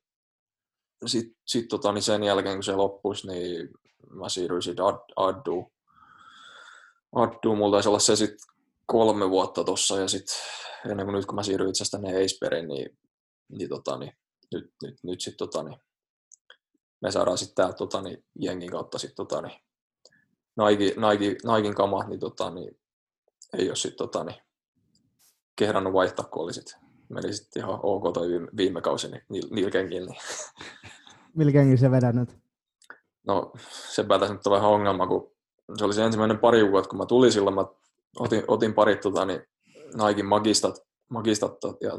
sitten sen jälkeen kun se loppuisi, niin mä siirryin sitten Adduun. Mulla taisi olla se sitten 3 vuotta tossa ja sitten ennen kuin kun mä siirryin itse asiassa tänne Aceberiin, niin nyt sitten me saadaan sitten täältä jengin kautta sitten Niken kamat, niin ei ole sitten kehdannut vaihtaa, kun oli sitten meni sitten ihan ok toi viime kausi niillä kengillä. Niin. Millä kengillä se vedät nyt? No se päätäisi nyt vähän ongelma, kun se oli se ensimmäinen pari kuukautta, kun mä tulin silloin, mä otin parit Niken magistat ja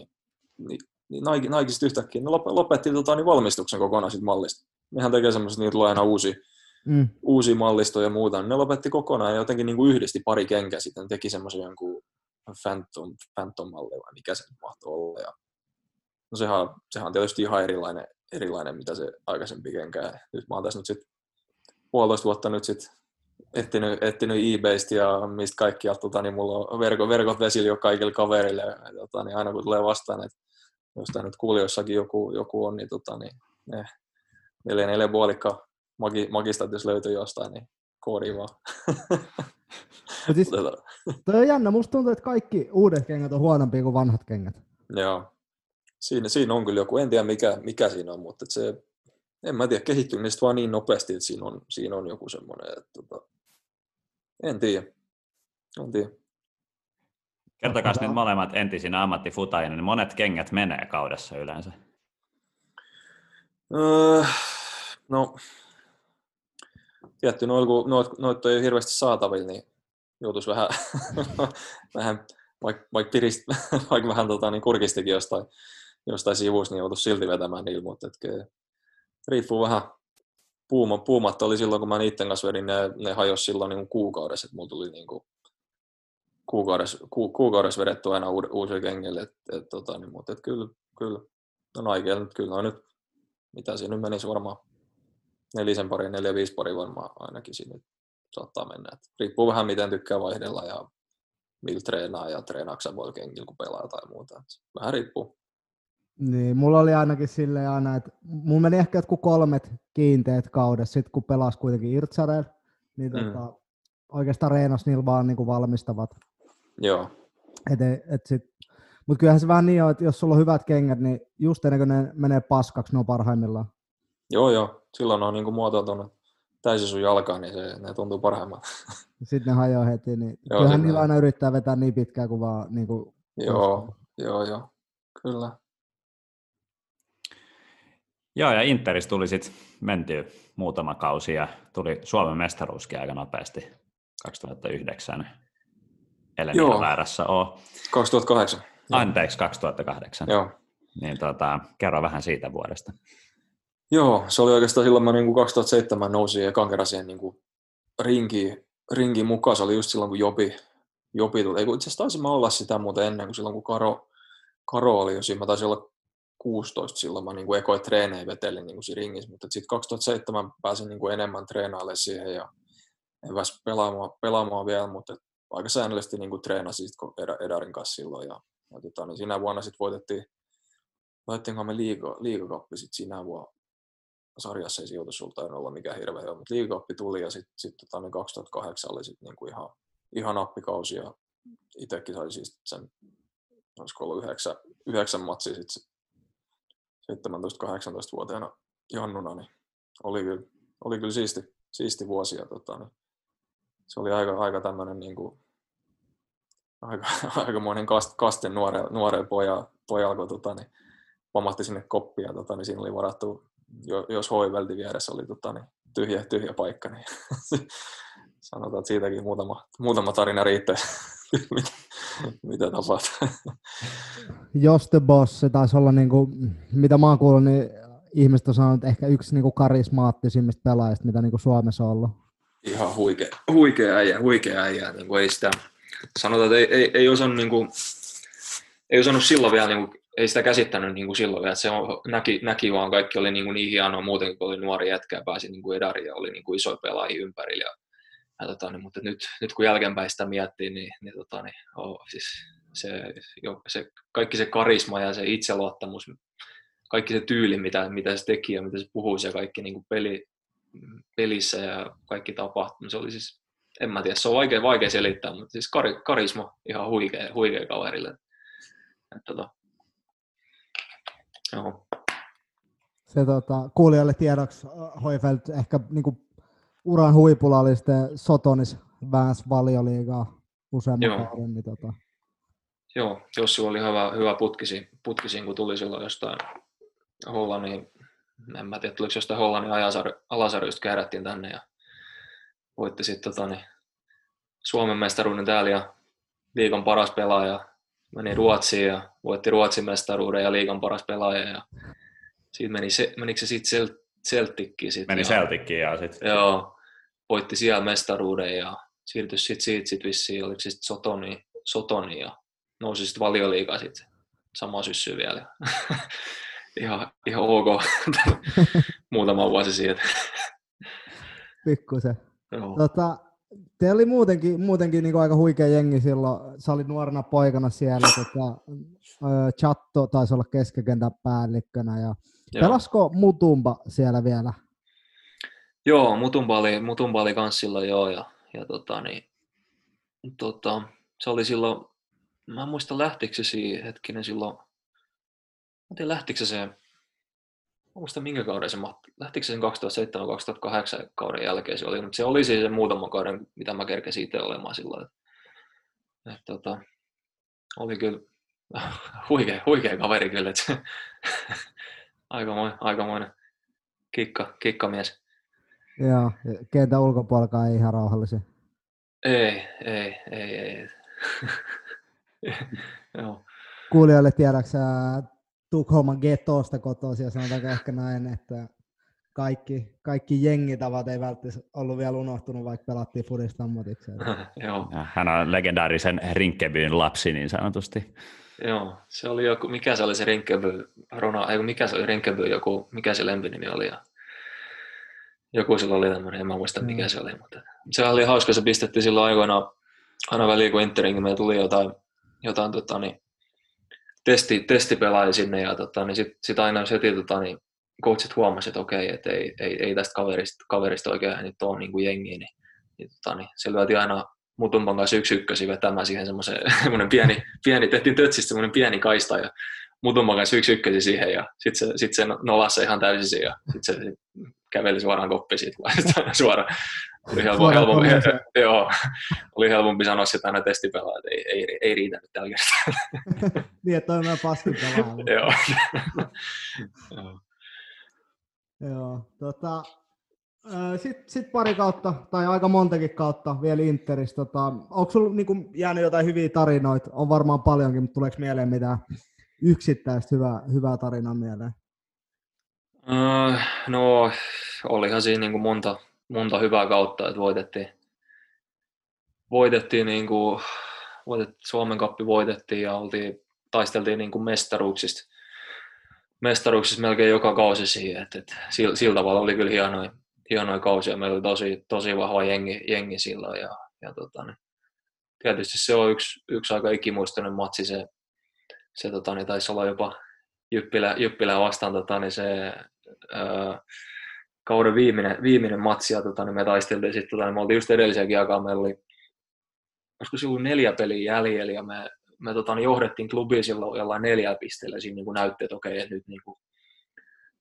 Nike sitten yhtäkkiä ne lopetti valmistuksen kokonaan siitä mallista. Nehän tekee semmoiset, niitä tulee aina uusia mallistoja ja muuta, niin ne lopetti kokonaan ja jotenkin niin kuin yhdisti pari kenkää sitten, teki semmoisen jonkun Phantom-malli vai mikä se mahtoi olla. Ja no sehän on tietysti ihan erilainen mitä se aikaisempi kenkä. Nyt mä oon tässä nyt sitten 1,5 vuotta nyt sitten etsinyt eBaystä ja mistä kaikkialta, niin mulla on verkot vesillä jo kaikille kaverille. Niin aina kun tulee vastaan, että jostain nyt kuulijoissakin joku on, niin 4 puolikka magistat, jos löytyy jostain, niin koodi vaan. Siis, toi on jännä, musta tuntuu, että kaikki uudet kengät on huonompia kuin vanhat kengät. Joo, siinä on kyllä joku, en tiedä mikä siinä on, mutta se, en mä tiedä, kehittyy niistä vaan niin nopeasti, että siinä on joku semmoinen, että en tiedä. Kertokaa nyt molemmat entisinä ammattifutajina, niin monet kengät menee kaudessa yleensä? No, tietty, noita ei ole hirveästi saatavilla, niin joutuisi vähän vaikka vähän niin kurkistikin jostain sivuista, niin joutuisi silti vetämään niillä, mutta riippuu vähän. Puumat oli silloin, kun mä niiden kanssa vedin, ne hajosi silloin niin kuukaudessa, että mulla tuli niin kuin kuukaudessa vedetty aina uusia kengille, mutta kyllä, no Nikeilla nyt kyllä nyt, mitä siinä nyt menisi varmaan 4-5 pari varmaan ainakin siinä saattaa mennä. Et riippuu vähän miten tykkää vaihdella ja millä treenaa ja treenaaksa voi kengillä kun pelaa tai muuta. Et vähän riippuu. Niin, mulla oli ainakin silleen aina, että mulla meni ehkä jotkut 3 kiinteät kaudessa, sit kun pelasi kuitenkin Irtsareilla, niin oikeastaan reenasi niillä vaan niin kuin valmistavat. Joo. Mutta kyllähän se vähän niin on, että jos sulla on hyvät kengät, niin just ennen kuin ne menee paskaksi, ne on parhaimmillaan. Joo. Silloin on niin muotoutunut täysin sun jalkaan, niin ne tuntuu parhaimmalta. Sitten ne hajoaa heti, niin joo, kyllähän niillä aina yrittää vetää niin pitkään kuin vaan niin kuin Joo, kyllä. Joo, ja Interistä tuli sitten mentyä muutama kausi ja tuli Suomen mestaruuskin aika nopeasti 2009. Ellen ihan väärässä ole. 2008. Anteeksi, 2008. Joo. Niin kerro vähän siitä vuodesta. Joo, se oli oikeastaan silloin, mä niin 2007 nousin ekan kerran siihen niin ringiin mukaan. Se oli just silloin, kun Jopi tuli. Itse asiassa taisin mä olla sitä muuten ennen, kuin silloin kun Karo oli jo siinä. Mä taisin olla 16 silloin, mä niin ekoin treenejä vetelin niin siinä ringissä. Mutta sitten 2007 pääsin niin enemmän treenailemaan siihen ja en päässyt pelaamaan vielä, mutta aika säännöllisesti niin treenasin Edarin kanssa silloin. Niin siinä vuonna sitten voitettiinkaan me liigakappi sitten siinä vuonna. Sarjassa ei sijoitussulta olla mikään hirveä hyvä, mutta liigakappi tuli ja sitten 2008 oli sitten niinku ihan appikausi ja itsekin sai siis sen, olisiko ollut 9 matsia sitten 17-18-vuotiaana jannuna, niin oli kyllä siisti vuosi. Ja, niin se oli aika tämmöinen niin kuin, aikamoinen kaste nuoreen pojalla, kun niin pamahti sinne koppiin ja niin siinä oli varattu, jos hoivelti vieressä oli niin tyhjä paikka, niin sanotaan, että siitäkin muutama tarina riittäisi, mitä tapahtui. Jos the Boss, se taisi olla, niinku, mitä mä oon kuullut, niin ihmiset on sanonut, ehkä yksi niinku karismaattisimmista pelaajista, mitä niinku Suomessa on ollut. Ihan huikea äijä. Niin ei sitä, sanotaan, että ei osannut silloin vielä, niin kuin, ei sitä käsittänyt niin kuin silloin vielä, että se näki vaan kaikki oli niin hienoa muutenkin, kun oli nuori jätkä ja pääsi niin edariin ja oli niin kuin isoja pelaajia ympärillä. Niin, mutta nyt kun jälkeenpäin sitä miettii, niin siis se, kaikki se karisma ja se itseluottamus, kaikki se tyyli, mitä se teki ja mitä se puhuisi ja kaikki niin kuin pelissä ja kaikki tapahtui, se oli siis, en mä tiedä, se on vaikea selittää, mutta siis karisma ihan huikea kaverille. Joo. Se kuulijoille tiedoksi Hoifeldt ehkä niinku uran huipulla oli sitten Sotonis väänsi Valioliigaa useamman kauden. Niin Joo, Jossi oli hyvä putkisiin, kun tuli silloin jostain Hollannin, en mä tiedä, tuliko jostain Hollannin alasarjoista kerättiin tänne ja voitti sitten Suomen mestaruuden täällä ja liigan paras pelaaja. Meni Ruotsiin ja voitti Ruotsin mestaruuden ja liigan paras pelaaja. Ja siitä menikö se sitten Celtickiin? Meni Celtickiin ja sitten. Joo, voitti siellä mestaruuden ja siirtyi siitä vissiin, oliko se sitten Sotoni ja nousi sitten Valioliigaan sitten sama syssy vielä. ihan ok muutama vuosi siitä. Pikkusen. Te oli muutenkin niin kuin aika huikea jengi silloin. Sä olit nuorena poikana siellä. Chatto taisi olla keskikentän päällikkönä. Ja pelasko Mutumba siellä vielä? Joo, Mutumba oli kans silloin joo. Se oli silloin, mä en muista lähtikö se siihen hetkinen silloin. Mä tiedän lähtikö se, mä muista minkä kauden se mahti. Lähtikö se sen 2007-2008 kauden jälkeen se oli, mutta se oli siis se muutama kauden, mitä mä kerkesin itse olemaan silloin. Oli kyllä huikea kaveri kyllä, että aikamoinen kikkamies. Joo, kentän ulkopuolella ei ihan rauhallisia. Ei. Joo. Kuulijoille tiedäksä Tukholman gettosta kotoisin ja sanotaanko ehkä näin, että kaikki jengitavat ei välttämättä ollut vielä unohtunut, vaikka pelattiin fudista ammatikseen. Hän on legendaarisen Rinkebyn lapsi niin sanotusti. Joo, se oli joku, mikä se oli se Rinkeby, mikä se oli Rinkeby, mikä se lempinimi oli. Ja joku sillä oli tämmöinen, en mä muista mikä se oli, mutta se oli hauska, se pistettiin silloin aina väliin, kun Interinkin meillä tuli jotain testipelaajia sinne ja niin sit aina heti coachit huomasi, että okei, että ei tästä kaverista oikein nyt ole niin kuin jengiä, niin se lyötiin aina Mutumpan kanssa 1-1 vetämään siihen semmoinen pieni, tehtiin tötsistä semmoinen pieni kaista ja Mutumpan kanssa 1-1 siihen ja sit se nolassa ihan täysin ja sit se käveli suoraan koppiin siitä suoraan. Oli helpompi sanoa sitä aina testipelaa, että ei riitä nyt tällä kertaa. Niin, että toi on paskin pelaa. Joo. Sitten pari kautta, tai aika montakin kautta vielä Interissä. Onko sulla niinku jäänyt jotain hyviä tarinoita? On varmaan paljonkin, mutta tuleeko mieleen mitään yksittäistä hyvää tarinaa mieleen? No, olihan siinä niinku monta hyvää kautta, että voitettiin Suomen Cuppi voitettiin ja taisteltiin niinku mestaruuksista melkein joka kausi siihen, että sillä tavalla oli kyllä hienoja kausia. Meillä oli tosi vahva jengi silloin ja tietysti se on yksi aika ikimuistoinen matsi se taisi olla jopa Jyppilää vastaan se kauden viimeinen matsi ja me taisteltiin sitten me oltiin just edellisenkin aikaa, meillä oli olisiko silloin 4 peliä jäljellä ja me johdettiin klubiin silloin jollain 4 pisteellä siinä niin näytti, että okei, että nyt niin kuin,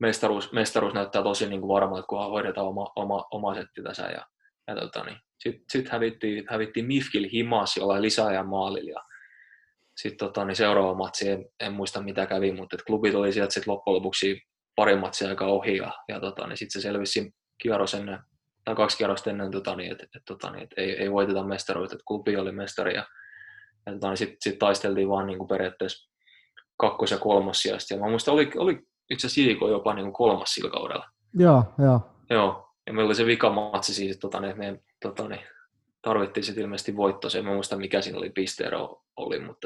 mestaruus näyttää tosi niin kuin varmalta, kun hoidetaan oma setti tässä. Ja sitten hävittiin Mifkil himas jollain lisäajan maalilla. Ja sitten seuraava matsi, en muista mitä kävi, mutta klubi tuli sieltä sit loppujen lopuksi pari matsia aika ohi. Ja sitten se selvisi kierros ennen, tai 2 kierrosta ennen, että ei voiteta mestaruutta, että klubi oli mestari. Ja sitten taisteltiin vaan niin kuin periaatteessa 2. ja 3. sijasta. Ja mä muistan, oli itse asiassa JK jopa niin kuin 3. sillä kaudella. Joo. Ja meillä oli se vikamatsi siis, että me tarvittiin sitten ilmeisesti voittoa. En muista mikä siinä oli pisteero oli, mutta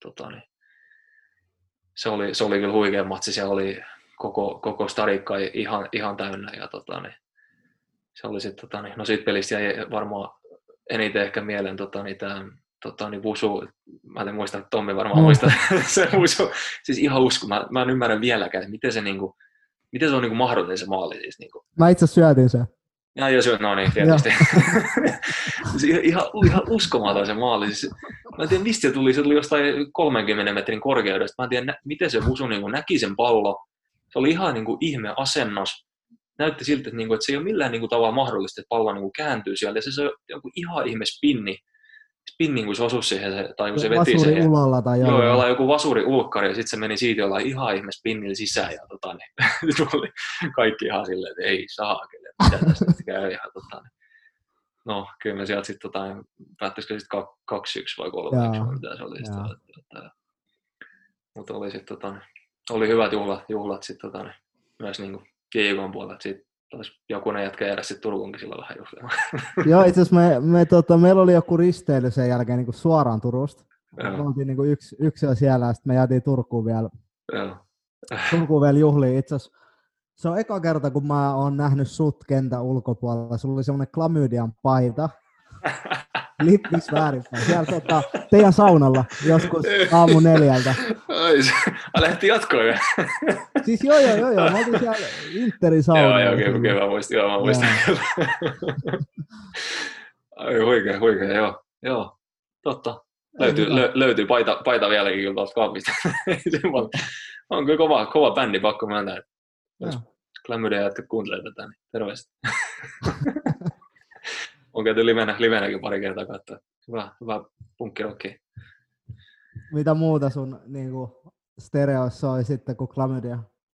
se oli kyllä huikea matsi. Se oli koko stadikka ihan täynnä. Ja se oli sitten, no siitä pelistä jäi varmaan eniten ehkä mieleen Vusu, mä en muista, että Tommi varmaan muistaa se Vusu, siis ihan usko, mä en ymmärrä vieläkään, että miten se on niinku mahdollinen se maali siis niinku. Mä itse syötin sen. Ja syöt, no niin, tietysti. Siis ihan uskomaton se maali. Siis, mä en tiedä, mistä se tuli jostain 30 metrin korkeudesta. Mä en tiedä, miten se Vusu niinku näki sen pallo. Se oli ihan niinku ihme asennos. Näytti siltä, että se ei ole millään niinku tavalla mahdollista, että pallo niinku kääntyy sieltä. Ja se on joku ihan ihme spinni, kun se osui siihen, tai kun se veti vasuri siihen. Ulolla tai joo, jolla joku vasuri ulkkari, ja sitten se meni siitä jollain ihan ihme spinnillä sisään, ja oli kaikki ihan silleen, että ei saa, mitä tästä käy, ja no, kyllä me sieltä sitten, päättäisikö sitten 2-1 vai 3-1, mitä se oli sitten, mutta oli sitten, oli hyvät juhlat sitten, myös niinku JK:n puolella, että siitä taisi jokunen jätkä jäädä sitten Turkuunkin silloin vähän juhlimaan. Joo, itse asiassa meillä oli joku risteily sen jälkeen niin kuin suoraan Turusta. Me oltiin niin kuin yksi siellä, ja sitten me jäätiin Turkuun vielä juhliin. Itse asiassa se on eka kerta, kun mä oon nähnyt sut kentän ulkopuolella. Sulla oli semmoinen klamydian paita. Lippis väärinpäin. Siellä teidän saunalla joskus aamu 4. Ai, se lähti jatkoon vielä. Siis joo. Mä olin siellä Interin saunalla. Joo, mä muistin. Ai, huikea, joo. Totta. Löytyy paita vieläkin kyllä tuolta kaapista. On kyllä kova bändi, pakko myöntää. Jos Glamydia jätkät kuuntelee tätä, niin terveistä. On käyty livenäkin pari kertaa katsoa. Hyvä punkkirokki. Mitä muuta sun niinku, stereoissa soi sitten kuin Glamydia?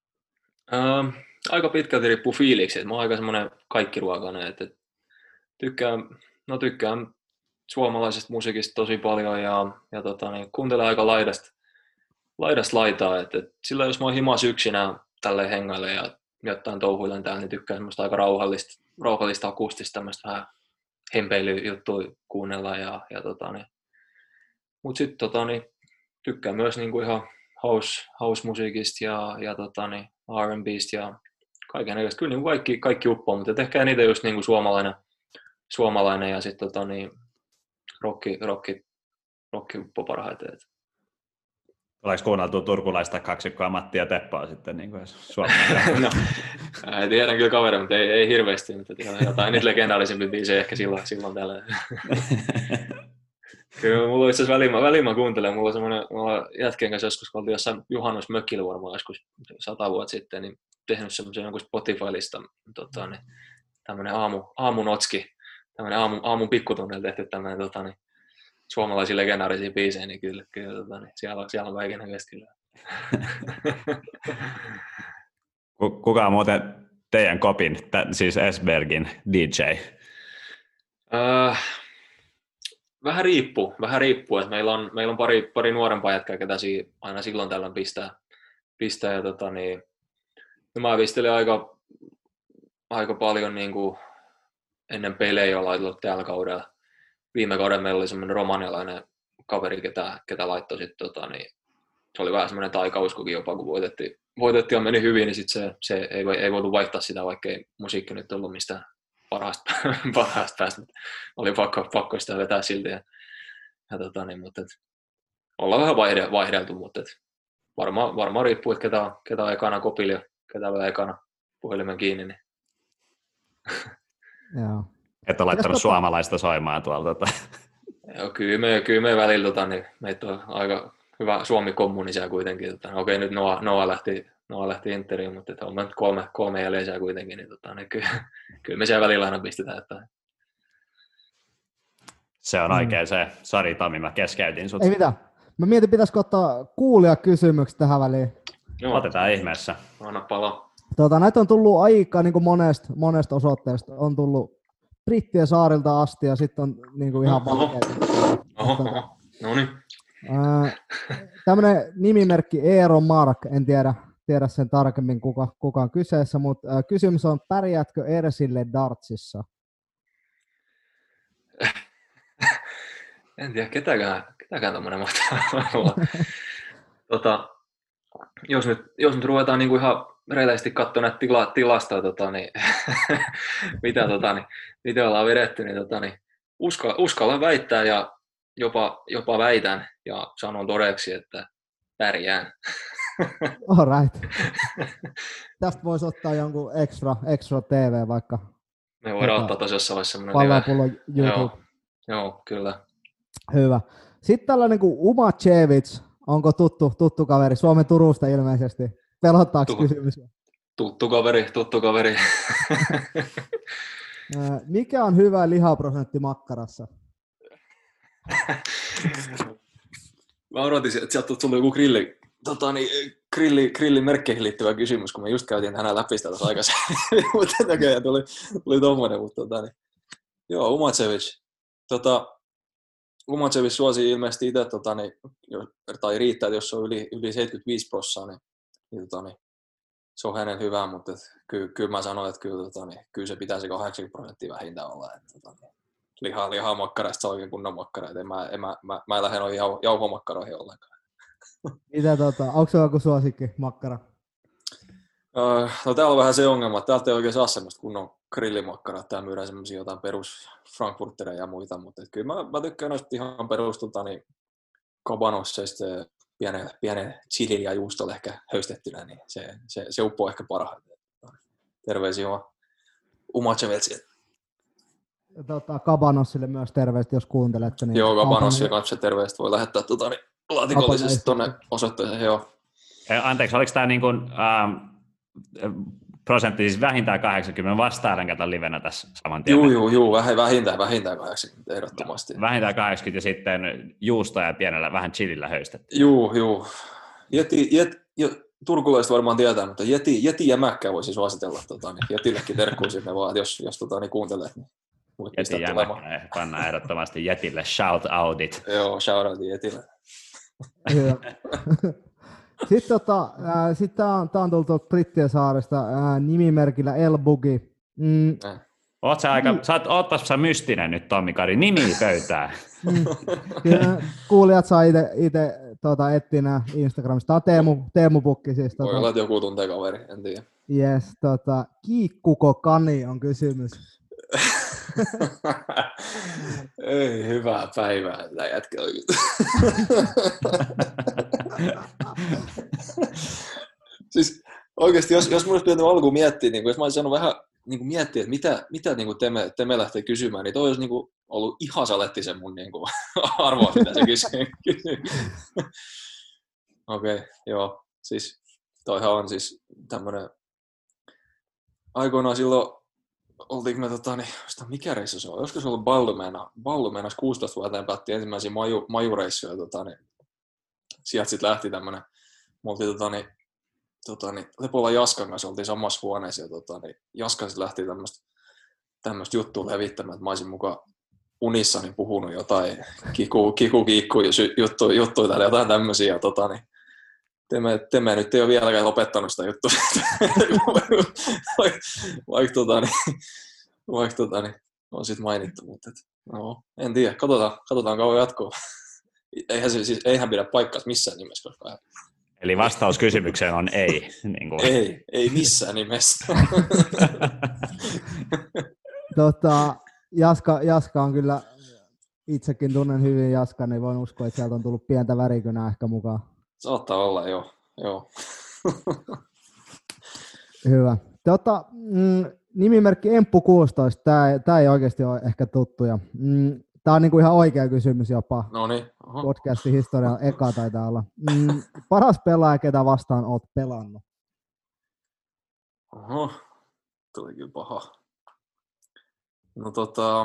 Aika pitkälti riippuu fiiliksi. Mä oon aika semmonen kaikkiruokainen. Että tykkään suomalaisesta musiikista tosi paljon ja kuuntelen aika laidasta laitaa. Että sillä jos mä oon himas yksinään tälleen hengaille ja jotain touhuilen täällä, niin tykkään semmoista aika rauhallista akustista, tämmöistä vähän hempeilyjuttuja kuunnella mut sit tykkään myös niinku ihan house-musiikista ja R&B:stä ja kaikennäköistä. Kyllä niinku kaikki uppoo, mutta ehkä eniten just niinku suomalainen ja sit rokki uppoo parhaiten. Tuleeko kuunneltua turkulaista kaksikkoa Matti ja Teppaa sitten niin kuin suomalainen? No, tiedän kyllä kaveri, mutta ei hirveästi, mutta jotain niitä legendaarisimpia biisejä ehkä silloin tällä. Kyllä mulla on itse asiassa väliin mä kuuntelen, mulla on semmoinen jätkien kanssa joskus, kun oltiin jossain juhannusmökkillä varmaan joskus 100 vuotta sitten, niin tehnyt semmoisen jonkun Spotify-lista, niin tämmöinen aamunotski, tämmöinen aamun pikkutunnilla tehty tämmöinen suomalaisia legendaarisia biisejä, niin kyllä siellä on kaikennäköistä kyllä. Kuka on muuten teidän kopin, siis Esbergin DJ? Vähän riippuu, että meillä on pari nuorempaa jätkää, ketä aina silloin tällöin pistää ja mä pistelin aika paljon niin kuin ennen pelejä on laitellut tällä kaudella. Viime kaudella meillä oli semmoinen romanialainen kaveri, ketä laittoi sitten, se oli vähän semmoinen taikauskokin jopa, kun voitettiin ja meni hyvin, niin sitten se ei voitu vaihtaa sitä, vaikka ei musiikki nyt ollut mistään parhaasta päästä. Oli pakko sitä vetää silti. Mutta ollaan vähän vaihdeltu, mutta varmaan riippuu, että ketä on ekana kopilla ja ketä on ekana puhelimen kiinni. Niin. Joo. Et ole laittanut suomalaista soimaan tuolta. Joo, kyllä me välillä, niin meitä on aika hyvä Suomi-kommuni siellä kuitenkin. Okei, nyt Noa lähti Interiin, mutta on nyt kolme jäljellä kuitenkin, niin, niin kyllä me siellä välillä aina pistetään jotain. Se on oikein se. Sari, Tomi, mä keskeytin sut. Ei mitään. Mä mietin, pitäisikö ottaa kuulijakysymykset tähän väliin. Joo. Otetaan ihmeessä. Anna palaa. Näitä on tullut aika niin kuin monesta osoitteesta. On tullut Brittien saarilta asti ja sitten on niin kuin ihan vaikeita. No niin. Tämmöinen nimimerkki Eero Mark, en tiedä sen tarkemmin kuka on kyseessä, mutta kysymys on, pärjäätkö Ersille dartsissa? En tiedä, ketäkään tommonen mahtaa olla. Jos nyt ruvetaan niinku ihan reilisti katsoa näitä tilastoja, niin, mitä ollaan vedetty, niin, uskallan väittää ja jopa väitän ja sanon todeksi, että pärjään. All right. Tästä voisi ottaa jonkun extra TV vaikka. Me voidaan ottaa tosiaan jossain semmoinen Pallapullo YouTube. Joo, kyllä. Hyvä. Sitten tällainen kuin Umacevic, onko tuttu kaveri? Suomen Turusta ilmeisesti. Pelottaako kysymys? Tuttu kaveri. Mikä on hyvä lihaprosentti makkarassa? Mä odotin, että sieltä tuli joku grillin merkkeihin liittyvä kysymys, kun me just käytiin tänään läpi sitä tuossa aikaisemmin, mutta näköjään tuli tommoinen, mutta joo, Umacevic. Umacevic suosii ilmeisesti itse, tai riittää, että jos se on yli 75%, niin se on hänen hyvä, mutta kyllä mä sanoin, että kyllä se pitäisi 80% vähintään olla. Lihaa makkarasta se on oikein kunnon makkara, mä en lähde noihin jauhomakkaroihin ollenkaan. Mitä onko se joku suosikki makkara? No täällä on vähän se ongelma, että täältä ei oikein saa semmoista kunnon grillimakkaraa. Täällä myydään semmoisia jotain perus frankfurtereja ja muita, mutta kyllä mä tykkään noista ihan niin kabanosseista pienen chili ja juustolla ehkä höystettynä, niin se uppoo ehkä parhaiten. Terveisiä vaan Umacevicille. Kabanossille myös terveistä, jos kuuntelette. Niin joo, Kabanossille kanssa terveistä voi lähettää laatikollisesti tuonne osoitteeseen. Joo. Anteeksi, oliko tämä niin kuin, prosentti siis vähintään 80 vastaan kato livenä tässä saman tien? Joo, vähintään 80 ehdottomasti. Vähintään 80 ja sitten juustoa ja pienellä vähän chilillä höystetty. Joo. Turkulaiset varmaan tietää, mutta jeti jämäkkää voisi suositella. Jetillekin terkkuu sinne vaan, jos kuuntelet. Niin jeti jämäkkää, pannaan ehdottomasti jetille shout outit. Joo, shout outit jetille. Sitten tämä on tullut Brittien saaresta nimimerkillä El Bugi. Ootpas sä mystinen nyt, Tommi Kari, nimi pöytää. Kuulijat saa itse etsiä nämä Instagramista. Tämä on Teemu Pukki siis. Voi olla, että joku tuntee kaveri, en tiedä. Yes, kiikkuko kani on kysymys. Ei, hyvää päivää, tämä jätkä oikein. Siis oikeasti, jos mun olisi pitänyt alkuun miettiä, niin jos mä olisin sanonut vähän niin miettiä, että mitä niin Teme lähtee kysymään, niin toi olisi niin ollut ihan salettisen mun niin arvoa, mitä se kysyy. Okei, joo. Siis toihan on siis tämmönen aikoinaan silloin oltiinko me mikä reissu se on? Olisiko se ollut Ballumeenassa 16-vuotiaana päättiin ensimmäisiä majureissuja, sieltä sitten lähti tämmönen, me oltiin Lepola Jaskan kanssa oltiin samassa huoneessa ja Jaska sitten lähti tämmöistä juttua levittämään, että mä olisin mukaan unissani puhunut jotain kiku juttuja täällä, jotain tämmöisiä ja Teme nyt ei ole vieläkään lopettanut sitä juttua, vaikka on sitten mainittu, mutta no, en tiedä, katsotaan kauan jatkoa. Eihän pidä paikkaansa missään nimessä, koska eli vastaus kysymykseen on ei. Niin kuin. Ei missään nimessä. Jaska on kyllä, itsekin tunnen hyvin Jaska, niin voin uskoa, että sieltä on tullut pientä värikynää ehkä mukaan. Saattaa olla, joo. Hyvä. Nimimerkki Emppu 16, tämä ei oikeasti ole ehkä tuttuja. Tämä on niinku ihan oikea kysymys jopa. Noniin. Podcastin historian eka taitaa olla. Paras pelaaja, ketä vastaan olet pelannut? Oho, tuli kyllä paha. No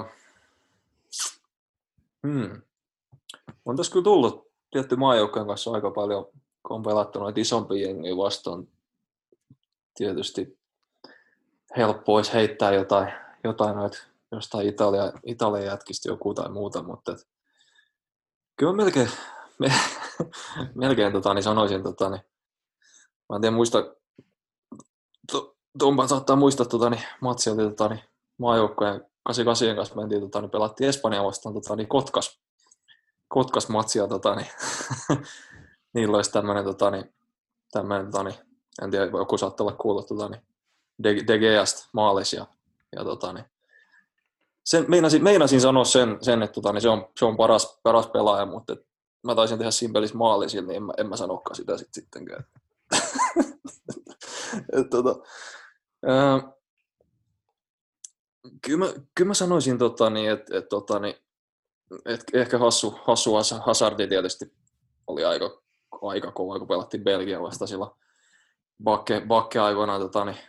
on tässä kyllä tullut tietty maajoukkojen kanssa aika paljon, kun on pelattu noita isompia jengiä vastaan. Tietysti helppo olisi heittää jotain noita jostain Italian jätkistä joku tai muuta, mutta kyllä melkein sanoisin, mä en tiedä muista, Tompa saattaa muistaa matsia, oli maajoukkojen 88 kanssa mentiin, pelattiin Espanjaa vastaan Kotkas matsia, niillä olisi tämmöinen, en tiedä, joku saattaa olla kuullut De Geasta maalis ja meinasin sanoa sen että se on paras pelaaja, mutta mä taisin tehdä siinä pelissä maalisilla, niin en mä sanokaan sitä sittenkään. Kyllä mä sanoisin, että ehkä hassu Hazardi tietysti oli aika kova, kun pelattiin Belgian vasta silloin Bakke aikoinaan.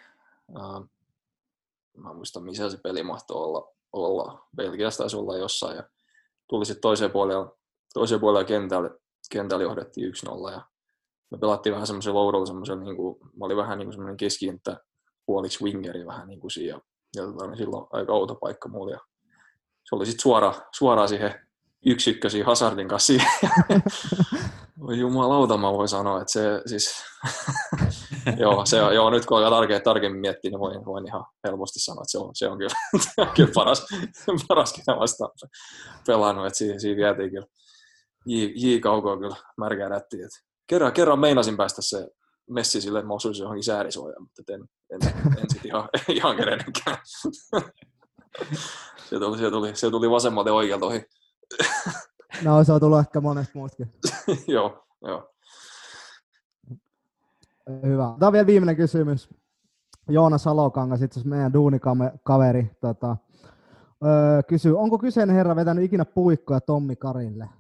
Mä muistan, missä se peli mahtoi olla. Belgiassa taisi olla jossain. Ja tuli sitten toiseen puolelle kentälle johdettiin 1-0. Ja me pelattiin vähän semmoisella oudolla, mä olin vähän niin kuin semmoinen keskikenttä puoliksi wingeri vähän niin kuin siinä. Ja silloin aika outo paikka mulle. Ja se oli sitten suoraan siihen 1-1 Hazardin kanssa siihen. Jumalauta, mä voin sanoa, että se siis... joo, nyt kun alkaa tarkemmin miettiä, niin voin ihan helposti sanoa, että se on kyllä paras ketä vastaan pelannut. Että siinä vietiin kyllä J. Kaukoa kyllä märkää rättiin. Kerran meinasin päästä se Messi sille, että mä osuisin johonkin säärisuojaan, mutta en sitten ihan kerennytkään. Se tuli vasemmalta ja oikealta ohi. No, se on tullut ehkä monesta muutkin. Joo. Hyvä. Tämä on vielä viimeinen kysymys. Joona Salokangas, itse asiassa meidän duunikaveri, kysyy, onko kyseinen herra vetänyt ikinä puikkoja Tommi Karille?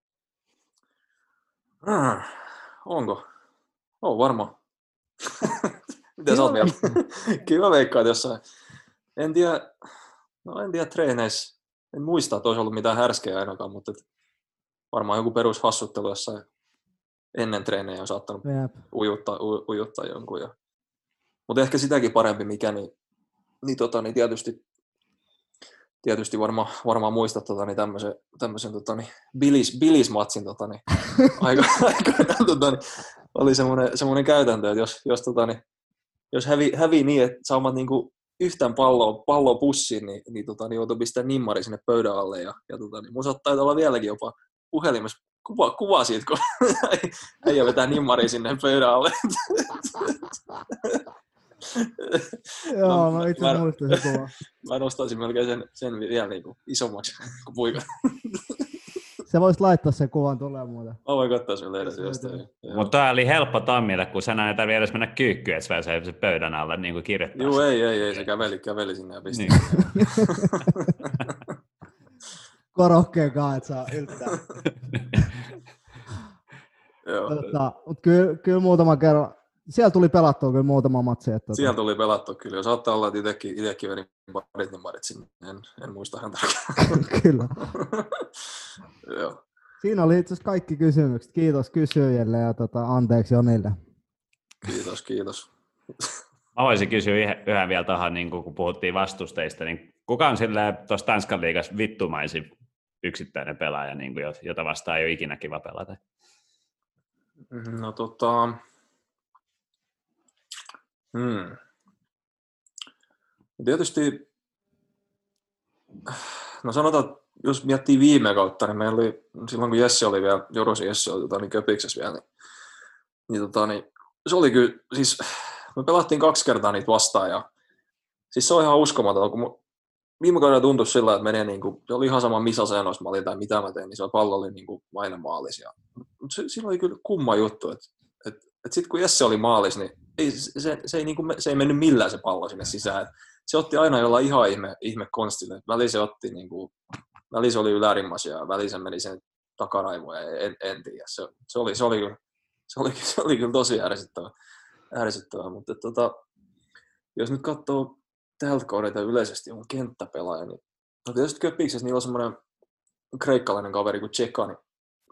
Onko? On varmaan. Miten sä oot mieltä? Kyllä veikkaan, että jossain. En tiedä treeneissä. En muista, että olisi ollut mitään härskejä ainakaan, mutta varmaan joku perushassuttelu jossain ennen treenejä on saattanut ujuttaa jonkun. Mutta ehkä sitäkin parempi mikä, niin tietysti varmaan muistat tämmöisen Billis-matsin aikoinaan oli semmoinen käytäntö, että jos hävii niin, että saamat niinku yhtään palloa pussiin, niin joutui pistää nimmari sinne pöydän alle ja mun saattaa olla vieläkin jopa puhelimessa kuva siitä, kun äijä vetää nimmaria sinne pöydän alle. Joo, mä itse muistan se kuva. Mä nostaisin melkein sen vielä niin kuin isommaksi kuin puika. Sä voisit laittaa sen kuvan tulemaan muuten. Mä voin katsoa sen edes jostain. Mutta toi oli helppo Tammille, kun sen ei tarvitse edes mennä kyykkyyn, että se pöydän alle niin kuin kirjoittaa. Joo, ei, se käveli sinne ja pisti. Niin. Korokkeenkaan, että saa yltää. Mutta kyllä muutama kerran, siellä tuli pelattua kyllä muutama matsi. Siellä tuli pelattua kyllä, saattaa olla, että itsekin vedin parit nimmarit sinne, en muista hän tarkkaan. Kyllä. Joo. Siinä oli itse asiassa kaikki kysymykset. Kiitos kysyjille ja anteeksi Jonille. Kiitos. Mä voisin kysyä yhden vielä tuohon, niin kun puhuttiin vastusteista, niin kuka on tuossa Tanskan liigassa vittumaisin yksittäinen pelaaja, niin kuin, jota vastaan ei ole ikinä kiva pelata? No tietysti, no sanotaan, jos miettii viime kautta, niin meillä oli, silloin kun Jesse oli vielä, Jorosin Jesse oli niin Köpiksessä vielä, niin se oli kyllä, siis me pelattiin 2 kertaa niitä vastaan ja siis se on ihan uskomaton, kun viime kaudella tuntui sillä, että menee niinku, se oli ihan sama missä asennossa mä olin tai mitä mä tein, niin se pallo oli niinku aina maalis. Mutta siinä oli kyllä kumma juttu, että sitten kun Jesse oli maalis, niin se ei mennyt millään se pallo sinne sisään. Se otti aina jollain ihan ihme konstille. Väliin se otti niinku, väliin se oli ylärimmas ja väliin se meni sen takaraivoon ja en tiedä. Se oli kyllä tosi ärsyttävää, mutta jos nyt katsoo tältä kaudelta yleisesti on kenttäpelaaja, niin no tietysti Köpiksessä niillä on semmoinen kreikkalainen kaveri kuin Tseka, niin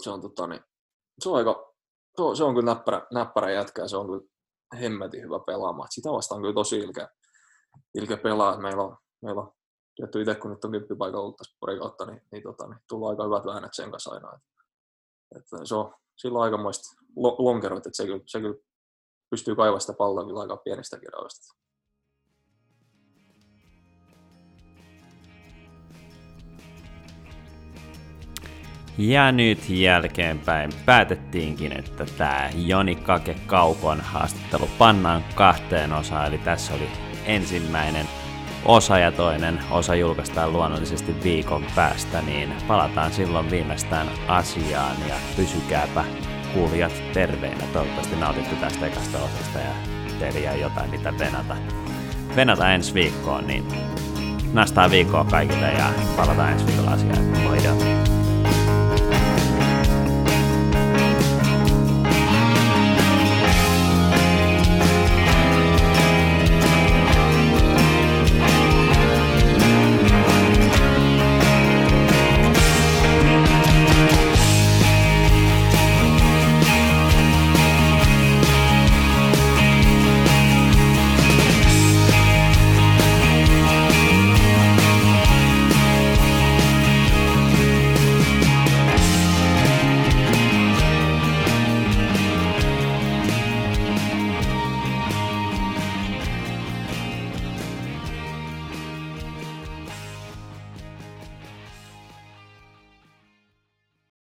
se on kyllä näppärä jätkä ja se on kyllä hemmetin hyvä pelaamaan. Sitä vastaan kyllä tosi ilkeä pelaa. Meillä on tietty itse, kun nyt on 10 paikalla ollut tässä pari kautta, niin tullut aika hyvät väännät sen kanssa aina. Että sillä on aikamoista lonkeroita, että se kyllä pystyy kaivamaan sitä palloa kyllä aika pienistäkin raoista. Ja nyt jälkeenpäin päätettiinkin, että tämä Joni Kake Kaukon haastattelu pannaan 2 osaan, eli tässä oli ensimmäinen osa ja toinen osa julkaistaan luonnollisesti viikon päästä, niin palataan silloin viimeistään asiaan ja pysykääpä kuulijat terveinä. Toivottavasti nautitte tästä ekasta osasta ja teille jää jotain mitä venata ensi viikkoon, niin nastaa viikkoa kaikille ja palataan ensi viikolla asiaan. Moi.